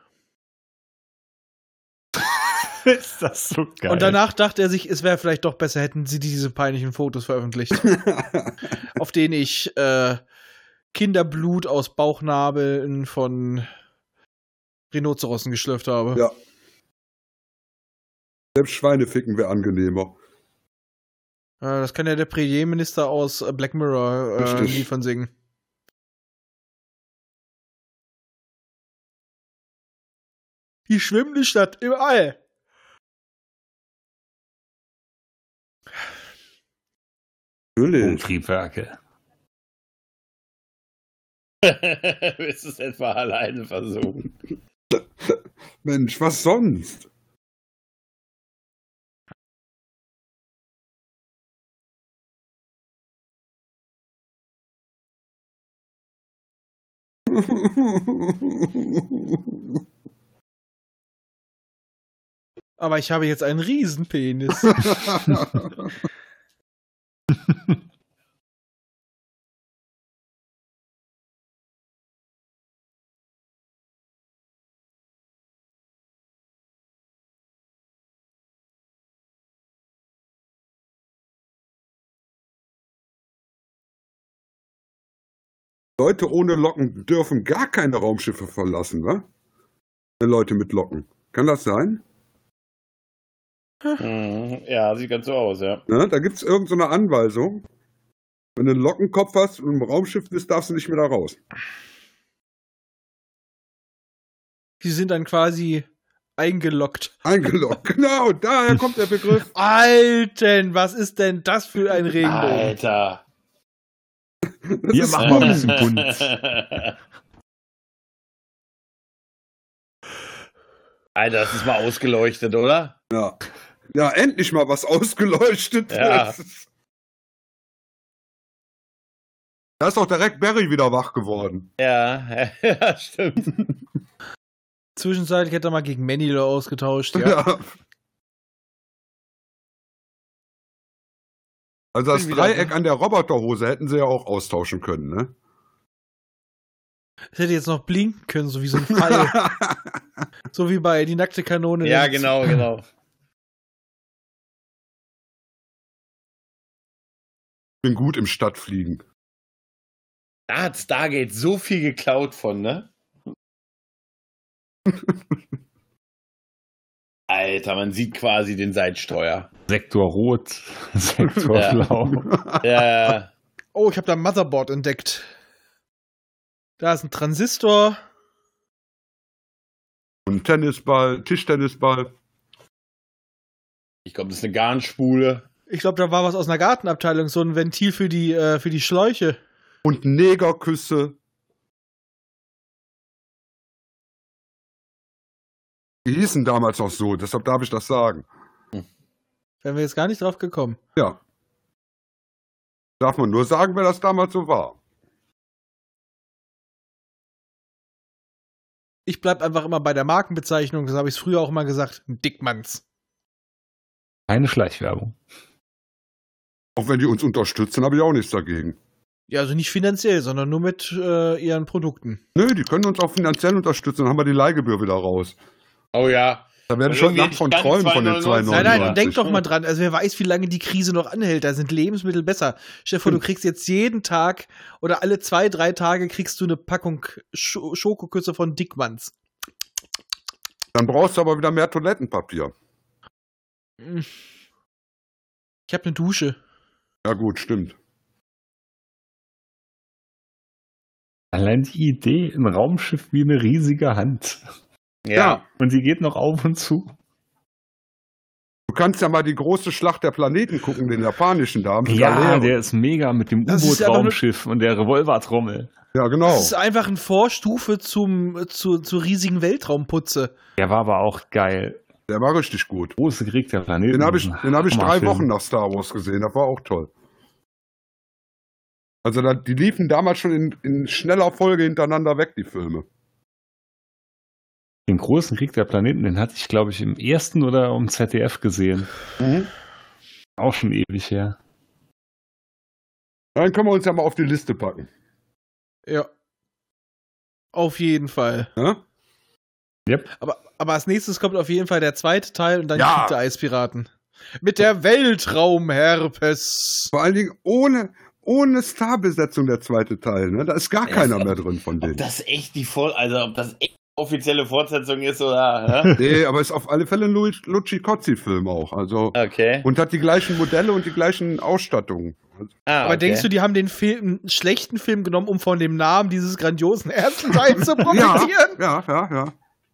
Ist das so geil. Und danach dachte er sich, es wäre vielleicht doch besser, hätten sie diese peinlichen Fotos veröffentlicht. Auf denen ich Kinderblut aus Bauchnabeln von Rhinozerossen geschlürft habe. Ja. Selbst Schweineficken wäre angenehmer. Das kann ja der Premierminister aus Black Mirror Richtig. liefern singen. Die schwimmende Stadt im All. Natürlich. Triebwerke. Willst du es etwa alleine versuchen? Mensch, was sonst? Aber ich habe jetzt einen Riesenpenis. Leute ohne Locken dürfen gar keine Raumschiffe verlassen, wa? Leute mit Locken. Kann das sein? Ja, sieht ganz so aus, ja. Ne? Da gibt es irgendeine Anweisung. Wenn du einen Lockenkopf hast und im Raumschiff bist, darfst du nicht mehr da raus. Die sind dann quasi eingeloggt. Eingeloggt, genau, daher kommt der Begriff. Alten, was ist denn das für ein Regenbogen? Alter. Wir machen mal ein bisschen bunt. Alter, das ist mal ausgeleuchtet, oder? Ja. Ja, endlich mal was ausgeleuchtet. Ja. Da ist auch direkt Barry wieder wach geworden. Ja, ja, stimmt. Zwischenzeitlich hätte er mal gegen Manilo ausgetauscht, ja. Ja. Also das Bin wieder Dreieck an der Roboterhose hätten sie ja auch austauschen können, ne? Das hätte jetzt noch blinken können, so wie so ein Pfeil. So wie bei Die nackte Kanone. Ja, genau. Bin gut im Stadtfliegen. Da hat Stargate so viel geklaut von, ne? Alter, man sieht quasi den Seitsteuer. Sektor Rot, Sektor Ja. Blau. Ja, Oh, ich habe da ein Motherboard entdeckt. Da ist ein Transistor. Und Tennisball, Tischtennisball. ich glaube, das ist eine Garnspule. Ich glaube, da war was aus einer Gartenabteilung, so ein Ventil für die Schläuche. Und Negerküsse. Die hießen damals auch so, deshalb darf ich das sagen. Wären wir jetzt gar nicht drauf gekommen. Ja. Darf man nur sagen, wer das damals so war. Ich bleib einfach immer bei der Markenbezeichnung, das habe ich früher auch mal gesagt. Dickmanns. Keine Schleichwerbung. Auch wenn die uns unterstützen, habe ich auch nichts dagegen. Ja, also nicht finanziell, sondern nur mit ihren Produkten. Nö, die können uns auch finanziell unterstützen, dann haben wir die Leihgebühr wieder raus. Oh ja. Da werde ich Also schon nachts von stand träumen von den 2,99. 2,99. Nein, denk doch mal dran. Also wer weiß, wie lange die Krise noch anhält. Da sind Lebensmittel besser. Stell dir vor, du kriegst jetzt jeden Tag oder alle 2-3 Tage kriegst du eine Packung Schokoküsse von Dickmanns. Dann brauchst du aber wieder mehr Toilettenpapier. Ich habe eine Dusche. Ja gut, stimmt. Allein die Idee, ein Raumschiff wie eine riesige Hand. Ja. Und die geht noch auf und zu. Du kannst ja mal die große Schlacht der Planeten gucken, den japanischen da. Mit Ja, Galero. der ist mega mit dem Das ist aber U-Boot-Raumschiff und der Revolvertrommel. Ja, genau. Das ist einfach eine Vorstufe zur riesigen Weltraumputze. Der war aber auch geil. Der war richtig gut. Große Krieg der Planeten. Den habe ich 3 Hammerfilm. Wochen nach Star Wars gesehen. Das war auch toll. Also die liefen damals schon in schneller Folge hintereinander weg, die Filme. Den großen Krieg der Planeten, den hatte ich, glaube ich, im ersten oder im ZDF gesehen. Mhm. Auch schon ewig her. Dann können wir uns ja mal auf die Liste packen. Ja. Auf jeden Fall. Ja? Yep. Aber als nächstes kommt auf jeden Fall der zweite Teil und dann Ja. Krieg der Eispiraten. Mit der Weltraumherpes. Vor allen Dingen ohne Starbesetzung der zweite Teil. Ne? Da ist gar keiner mehr drin von Ob denen. das echt ob das echt offizielle Fortsetzung ist oder? Hä? Nee, aber ist auf alle Fälle ein Luci Cozzi-Film auch. Also, Okay. und hat die gleichen Modelle und die gleichen Ausstattungen. Aber denkst du, die haben den einen schlechten Film genommen, um von dem Namen dieses grandiosen ersten Teils zu Ja, profitieren? ja.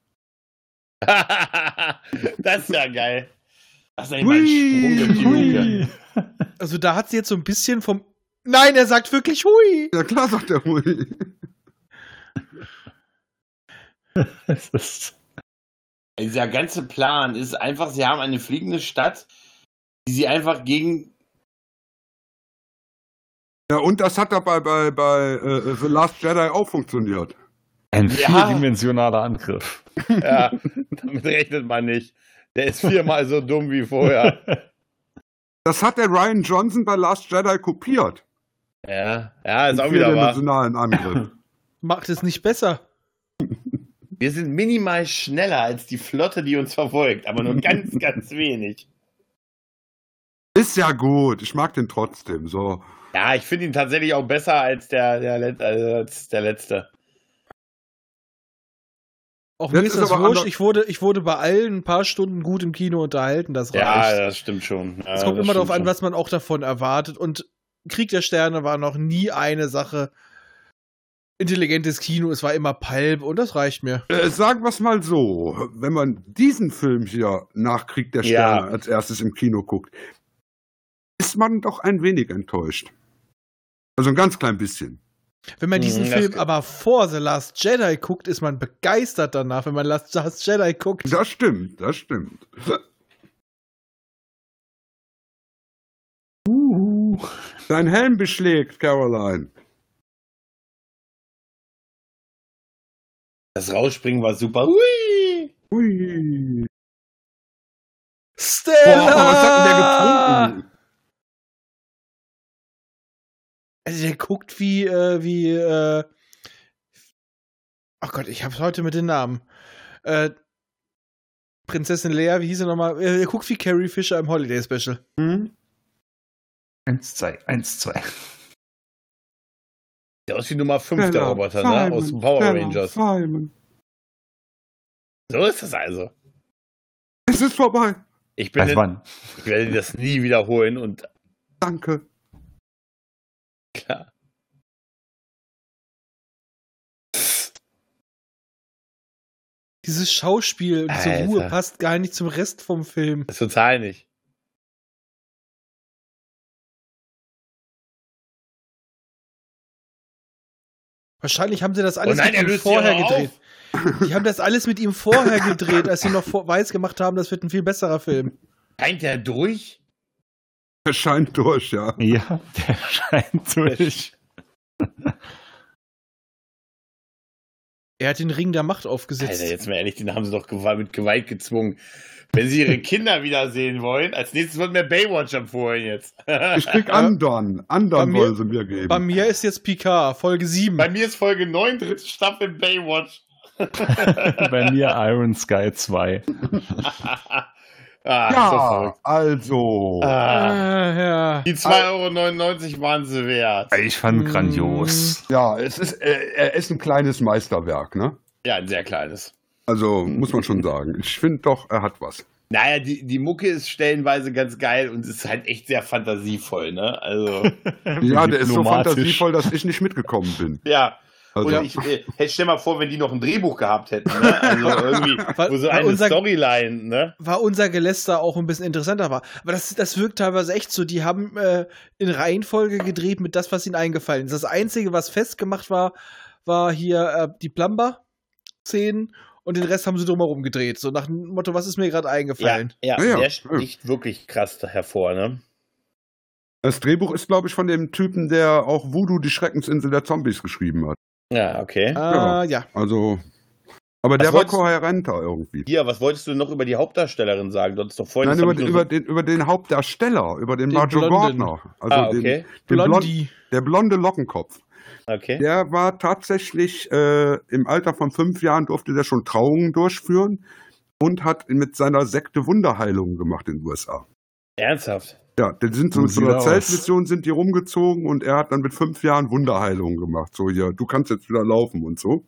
Das ist ja geil. Das ist eigentlich mal ein Sprung durch die Luke. Also da hat sie jetzt so ein bisschen vom... Nein, er sagt wirklich Hui! Ja, klar, sagt der Hui. Das ist Dieser ganze Plan ist einfach, sie haben eine fliegende Stadt, die sie einfach gegen... Ja, und das hat da bei The Last Jedi auch funktioniert. Ein Ja. vierdimensionaler Angriff. Ja, damit rechnet man nicht. Der ist 4-mal so dumm wie vorher. Das hat der Rian Johnson bei Last Jedi kopiert. Ja, ist Den auch wieder wahr. vierdimensionalen Angriff. Macht es nicht besser. Wir sind minimal schneller als die Flotte, die uns verfolgt, aber nur ganz, ganz wenig. Ist ja gut, ich mag den trotzdem. So. Ja, ich finde ihn tatsächlich auch besser als der letzte. Auch Jetzt mir ist ist das aber wurscht. Ich wurde bei allen ein paar Stunden gut im Kino unterhalten. Das Ja, reicht. das stimmt schon. Es kommt immer darauf an, was man auch davon erwartet. Und Krieg der Sterne war noch nie eine Sache. Intelligentes Kino, es war immer Pulp und das reicht mir. Sagen wir es mal so, wenn man diesen Film hier nach Krieg der Sterne als erstes im Kino guckt, ist man doch ein wenig enttäuscht. Also ein ganz klein bisschen. Wenn man diesen Film aber vor The Last Jedi guckt, ist man begeistert danach, wenn man Last Jedi guckt. Das stimmt, das stimmt. Dein Helm beschlägt, Caroline. Das Rausspringen war super. Hui! Hui. Stella! Boah, was hat denn der getrunken? Also der guckt wie ach Gott, ich hab's heute mit den Namen. Prinzessin Leia, wie hieß sie nochmal? Er guckt wie Carrie Fisher im Holiday Special. 1, 2, 1, 2. Der aus wie Nummer 5 der Roboter, ne? Aus den Power Rangers. Simon. So ist das also. Es ist vorbei. Ich werde das nie wiederholen und Danke. klar. Dieses Schauspiel und diese Alter. Ruhe passt gar nicht zum Rest vom Film. Das ist total nicht. Wahrscheinlich haben sie das alles Oh nein, mit er ihm löst vorher sich aber gedreht. Die haben das alles mit ihm vorher gedreht, als sie noch weiß gemacht haben, das wird ein viel besserer Film. Scheint der durch? Er scheint durch, ja. Ja, der scheint durch. Er hat den Ring der Macht aufgesetzt. Alter, jetzt mal ehrlich, den haben sie doch mit Gewalt gezwungen. Wenn sie ihre Kinder wiedersehen wollen, als nächstes wird mir Baywatch empfohlen jetzt. Ich krieg Andon. Andon wollen sie mir geben. Bei mir ist jetzt Picard, Folge 7. Bei mir ist Folge 9, dritte Staffel Baywatch. Bei mir Iron Sky 2. So Ja, verrückt. also. Ja. Die 2,99 € waren sie wert. Ich fand grandios. Ja, er ist ein kleines Meisterwerk, ne? Ja, ein sehr kleines. Also, muss man schon sagen. Ich finde doch, er hat was. Naja, die Mucke ist stellenweise ganz geil und ist halt echt sehr fantasievoll, ne? Also, Ja, der ist so Diplomatisch. fantasievoll, dass ich nicht mitgekommen bin. ja. Also, Und stell mal vor, wenn die noch ein Drehbuch gehabt hätten, ne? Also irgendwie, wo so eine Storyline, ne? War unser Geläster auch ein bisschen interessanter war. Aber das wirkt teilweise echt so. Die haben in Reihenfolge gedreht mit das, was ihnen eingefallen ist. Das Einzige, was festgemacht war hier die Plumber-Szenen und den Rest haben sie drumherum gedreht. So nach dem Motto, was ist mir gerade eingefallen? Ja. Der sticht wirklich krass hervor, ne? das Drehbuch ist, glaube ich, von dem Typen, der auch Voodoo, die Schreckensinsel der Zombies geschrieben hat. Ja, okay. Ja. Also, aber der war kohärenter irgendwie. Hier, was wolltest du noch über die Hauptdarstellerin sagen? Du hattest doch vorhin... Nein, über den Hauptdarsteller, über den Marjoe Blonden. Gardner. Also okay. der blonde Lockenkopf. Okay. Der war tatsächlich im Alter von 5 Jahren durfte der schon Trauungen durchführen und hat mit seiner Sekte Wunderheilungen gemacht in den USA. Ernsthaft? Ja, die sind so So mit so einer sieht er aus. Zeltmission sind die rumgezogen und er hat dann mit 5 Jahren Wunderheilungen gemacht. So, hier, du kannst jetzt wieder laufen und so.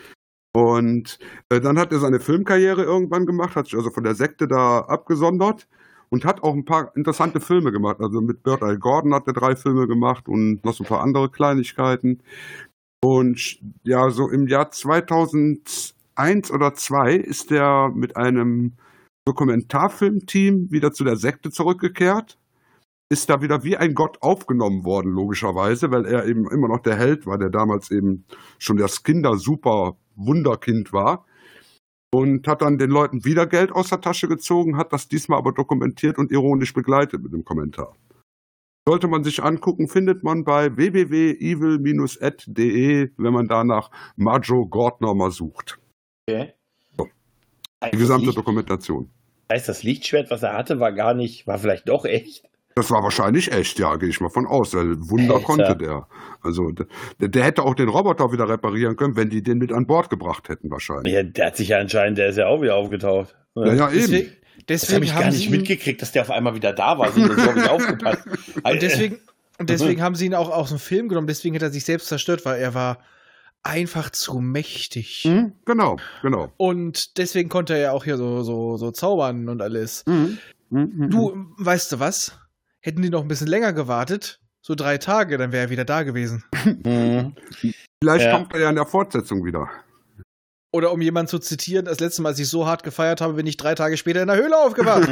Und dann hat er seine Filmkarriere irgendwann gemacht, hat sich also von der Sekte da abgesondert und hat auch ein paar interessante Filme gemacht. Also mit Burt L. Gordon hat er 3 Filme gemacht und noch so ein paar andere Kleinigkeiten. Und ja, so im Jahr 2001 oder 2002 ist er mit einem Dokumentarfilmteam wieder zu der Sekte zurückgekehrt. Ist da wieder wie ein Gott aufgenommen worden, logischerweise, weil er eben immer noch der Held war, der damals eben schon das Kinder-Super-Wunderkind war. und hat dann den Leuten wieder Geld aus der Tasche gezogen, hat das diesmal aber dokumentiert und ironisch begleitet mit dem Kommentar. Sollte man sich angucken, findet man bei www.evil-ed.de, wenn man da nach Marjo Gordner mal sucht. Okay. So. Die gesamte Dokumentation. Heißt, das Lichtschwert, was er hatte, war vielleicht doch echt? Das war wahrscheinlich echt, ja, gehe ich mal von aus. Wunder Alter. konnte der. Also der hätte auch den Roboter wieder reparieren können, wenn die den mit an Bord gebracht hätten wahrscheinlich. Ja, der hat sich ja anscheinend, der ist ja auch wieder aufgetaucht. Ja, eben. Das habe ich gar nicht mitgekriegt, dass der auf einmal wieder da war. So habe ich aufgepasst. Und deswegen haben sie ihn auch aus dem Film genommen, deswegen hat er sich selbst zerstört, weil er war einfach zu mächtig. Genau. Und deswegen konnte er ja auch hier so zaubern und alles. Mhm. Du, weißt du was? Hätten die noch ein bisschen länger gewartet, so 3 Tage, dann wäre er wieder da gewesen. Vielleicht kommt er ja in der Fortsetzung wieder. Oder um jemanden zu zitieren, das letzte Mal, als ich so hart gefeiert habe, bin ich 3 Tage später in der Höhle aufgewacht.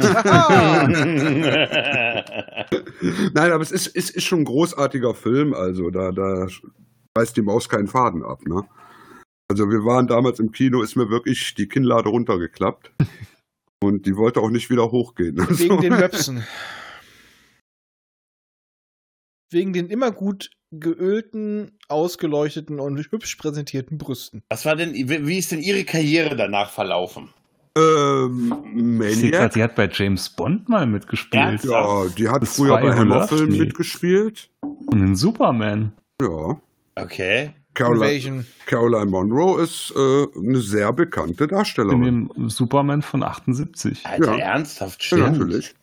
Nein, aber es ist schon ein großartiger Film, also da reißt die Maus keinen Faden ab, ne? Also wir waren damals im Kino, ist mir wirklich die Kinnlade runtergeklappt. Und die wollte auch nicht wieder hochgehen. Wegen den Möpsen. Wegen den immer gut geölten, ausgeleuchteten und hübsch präsentierten Brüsten. Wie ist denn Ihre Karriere danach verlaufen? Maniac. Die hat bei James Bond mal mitgespielt. Ja, die hat Das früher bei 200 Hammerfilmen nee. mitgespielt. Und in Superman. Ja. Okay. Caroline Munro ist eine sehr bekannte In Darstellerin. dem Superman von 78. Alter, Ja. ernsthaft, Ja, stimmt. natürlich.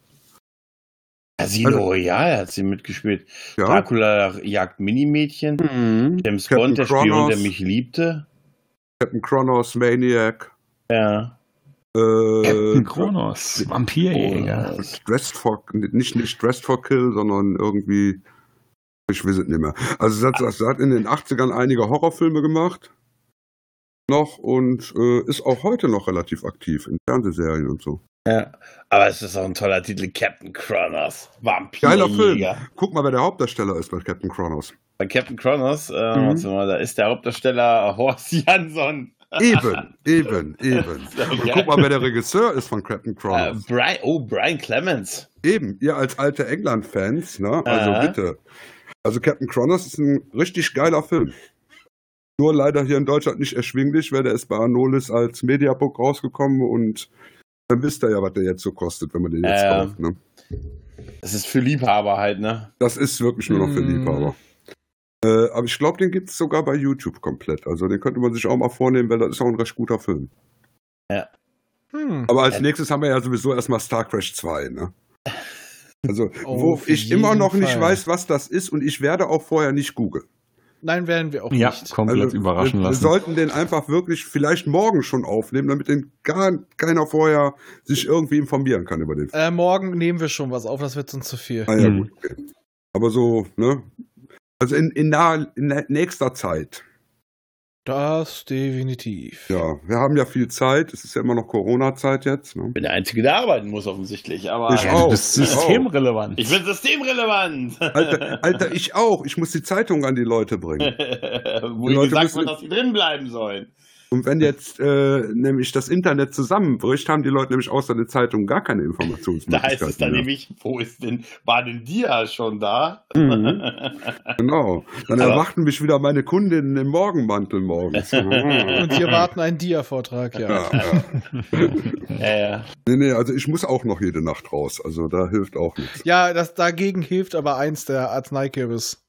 Casino Also- Royale hat sie mitgespielt. Ja. Dracula jagt Minimädchen. James Captain Bond, der Spion, Kronos. der mich liebte. Captain Kronos, Maniac. Ja. Captain Kronos, Vampirjäger. Dressed for, nicht Dressed for Kill, sondern irgendwie, ich weiß es nicht mehr. Also sie hat in den 80ern einige Horrorfilme gemacht. Noch und ist auch heute noch relativ aktiv in Fernsehserien und so. Ja. Aber es ist auch ein toller Titel, Captain Kronos. Geiler Film. Vampirjäger. Guck mal, wer der Hauptdarsteller ist bei Captain Kronos. Bei Captain Kronos, warte mal, da ist der Hauptdarsteller Horst Jansson. Eben. Und guck mal, wer der Regisseur ist von Captain Kronos. Brian Clemens. Eben, ihr als alte England-Fans, ne? Also Aha. bitte. Also Captain Kronos ist ein richtig geiler Film. Nur leider hier in Deutschland nicht erschwinglich, weil der ist bei Anolis als Mediabook rausgekommen und dann wisst ihr ja, was der jetzt so kostet, wenn man den jetzt kauft. Ne? Das ist für Liebhaber halt, ne? Das ist wirklich nur noch für Liebhaber. Aber ich glaube, den gibt es sogar bei YouTube komplett. Also den könnte man sich auch mal vornehmen, weil das ist auch ein recht guter Film. Ja. Aber als nächstes haben wir ja sowieso erstmal Star Crash 2, ne? Also, wo auf ich immer jeden noch nicht Fall. weiß, was das ist und ich werde auch vorher nicht googeln. Nein, werden wir auch Ja, nicht. komplett überraschen wir lassen. sollten den einfach wirklich vielleicht morgen schon aufnehmen, damit den keiner vorher sich irgendwie informieren kann über den Film. Morgen nehmen wir schon was auf, das wird sonst zu viel. Ah, ja, gut, okay. Aber so, ne? Also in nächster Zeit. Das definitiv. Ja, wir haben ja viel Zeit. Es ist ja immer noch Corona-Zeit jetzt. Ne? Ich bin der Einzige, der arbeiten muss, offensichtlich. Aber Ich Ja, auch. du bist systemrelevant. ich bin systemrelevant. Alter, ich auch. Ich muss die Zeitung an die Leute bringen. Wo Die ihnen Leute gesagt müssen- wird, dass sie drin bleiben sollen. Und wenn jetzt nämlich das Internet zusammenbricht, haben die Leute nämlich außer der Zeitung gar keine Da Informationsmöglichkeiten heißt es dann mehr. nämlich, war denn Dia schon da? Genau. Dann Aber- erwarten mich wieder meine Kundinnen im Morgenmantel morgens. Und wir warten einen Dia-Vortrag, ja. Ja. Nee, also ich muss auch noch jede Nacht raus. Also da hilft auch nichts. Ja, dagegen hilft aber eins, der Arzneikürbis.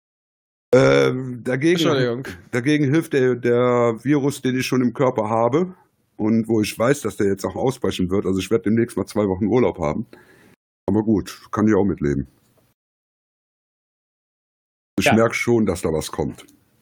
Dagegen hilft der Virus, den ich schon im Körper habe und wo ich weiß, dass der jetzt auch ausbrechen wird. Also ich werde demnächst mal 2 Wochen Urlaub haben. Aber gut, kann ich auch mitleben. Ich Ja. merke schon, dass da was kommt.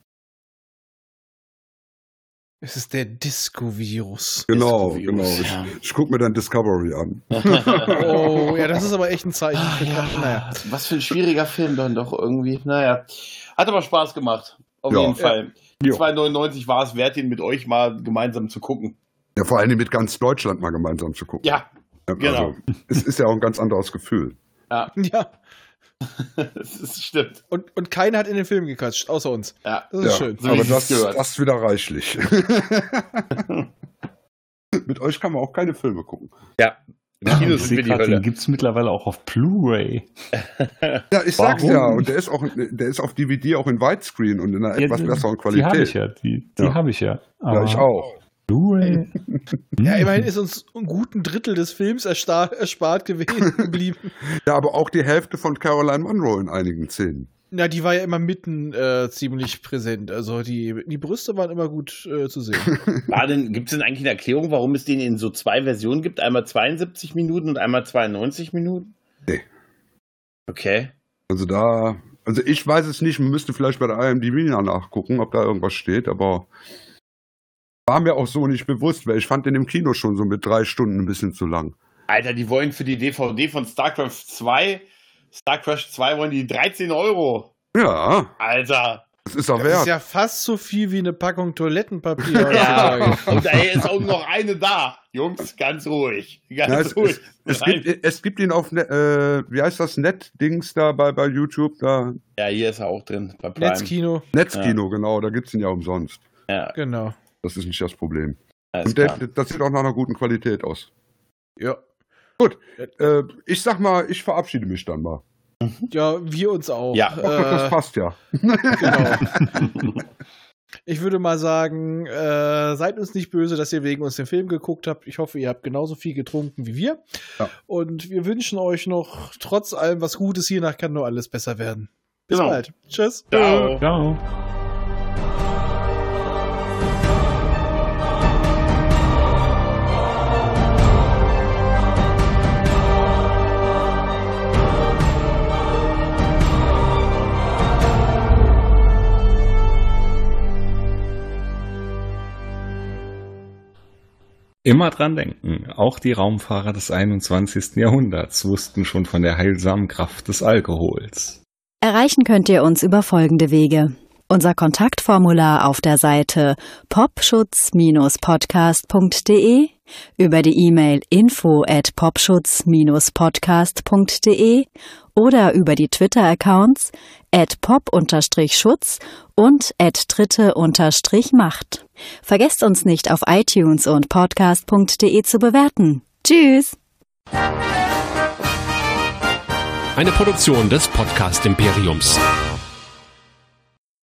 Es ist der Disco-Virus. Genau. Disco-Virus, ja. Ich gucke mir dann Discovery an. Oh, ja, das ist aber echt ein Zeichen. Naja. Was für ein schwieriger Film dann doch irgendwie. Naja. Hat aber Spaß gemacht. Auf Ja. jeden Fall. Ja. 2,99 war es wert, ihn mit euch mal gemeinsam zu gucken. Ja, vor allem mit ganz Deutschland mal gemeinsam zu gucken. Ja, genau. Also, es ist ja auch ein ganz anderes Gefühl. Ja, das stimmt. und keiner hat in den Film gequatscht, außer uns. Ja. Das ist Ja, schön. So wie aber es gehört. das wieder reichlich. Mit euch kann man auch keine Filme gucken. Ja. Im Kino Ich sind sehe wir die gerade, Hölle. den gibt es mittlerweile auch auf Blu-ray. Ja, ich sag's Warum? ja. Und der ist auf DVD auch in Widescreen und in einer etwas besseren Qualität. Die habe ich ja. Die habe ich ja. Ja, ich auch. Blu-ray. Ja, immerhin ist uns ein guten Drittel des Films erspart geblieben. Ja, aber auch die Hälfte von Caroline Munro in einigen Szenen. Na, die war ja immer mitten ziemlich präsent. Also die Brüste waren immer gut zu sehen. Gibt es denn eigentlich eine Erklärung, warum es den in so 2 Versionen gibt? Einmal 72 Minuten und einmal 92 Minuten? Nee. Okay. Also ich weiß es nicht, man müsste vielleicht bei der IMDb nachgucken, ob da irgendwas steht, aber war mir auch so nicht bewusst, weil ich fand den im Kino schon so mit 3 Stunden ein bisschen zu lang. Alter, die wollen für die DVD von StarCraft 2 wollen die 13 €. Ja, Alter. das ist auch Das ist wert. ja fast so viel wie eine Packung Toilettenpapier. Ja, heutzutage. und da ist auch noch eine da. Jungs, ganz ruhig. Ganz Ja, ruhig. es gibt ihn auf, wie heißt das, Net-Dings da bei YouTube, da Ja, hier ist er auch drin. Bei Prime. Netzkino, Netzkino, genau, da gibt's ihn ja umsonst. Ja, genau. Das ist nicht das Problem. alles Und klar. das sieht auch nach einer guten Qualität aus. Ja. Ich sag mal, ich verabschiede mich dann mal. Ja, wir uns auch. Ja. Das passt ja. Genau. Ich würde mal sagen, seid uns nicht böse, dass ihr wegen uns den Film geguckt habt. Ich hoffe, ihr habt genauso viel getrunken wie wir. Ja. Und wir wünschen euch noch trotz allem was Gutes. Hiernach kann nur alles besser werden. Bis Genau. bald. Tschüss. Ciao. Ciao. Immer dran denken, auch die Raumfahrer des 21. Jahrhunderts wussten schon von der heilsamen Kraft des Alkohols. Erreichen könnt ihr uns über folgende Wege. Unser Kontaktformular auf der Seite popschutz-podcast.de, über die E-Mail info@popschutz-podcast.de oder über die Twitter-Accounts @pop_schutz und @dritte_macht. Vergesst uns nicht auf iTunes und podcast.de zu bewerten. Tschüss! Eine Produktion des Podcast Imperiums.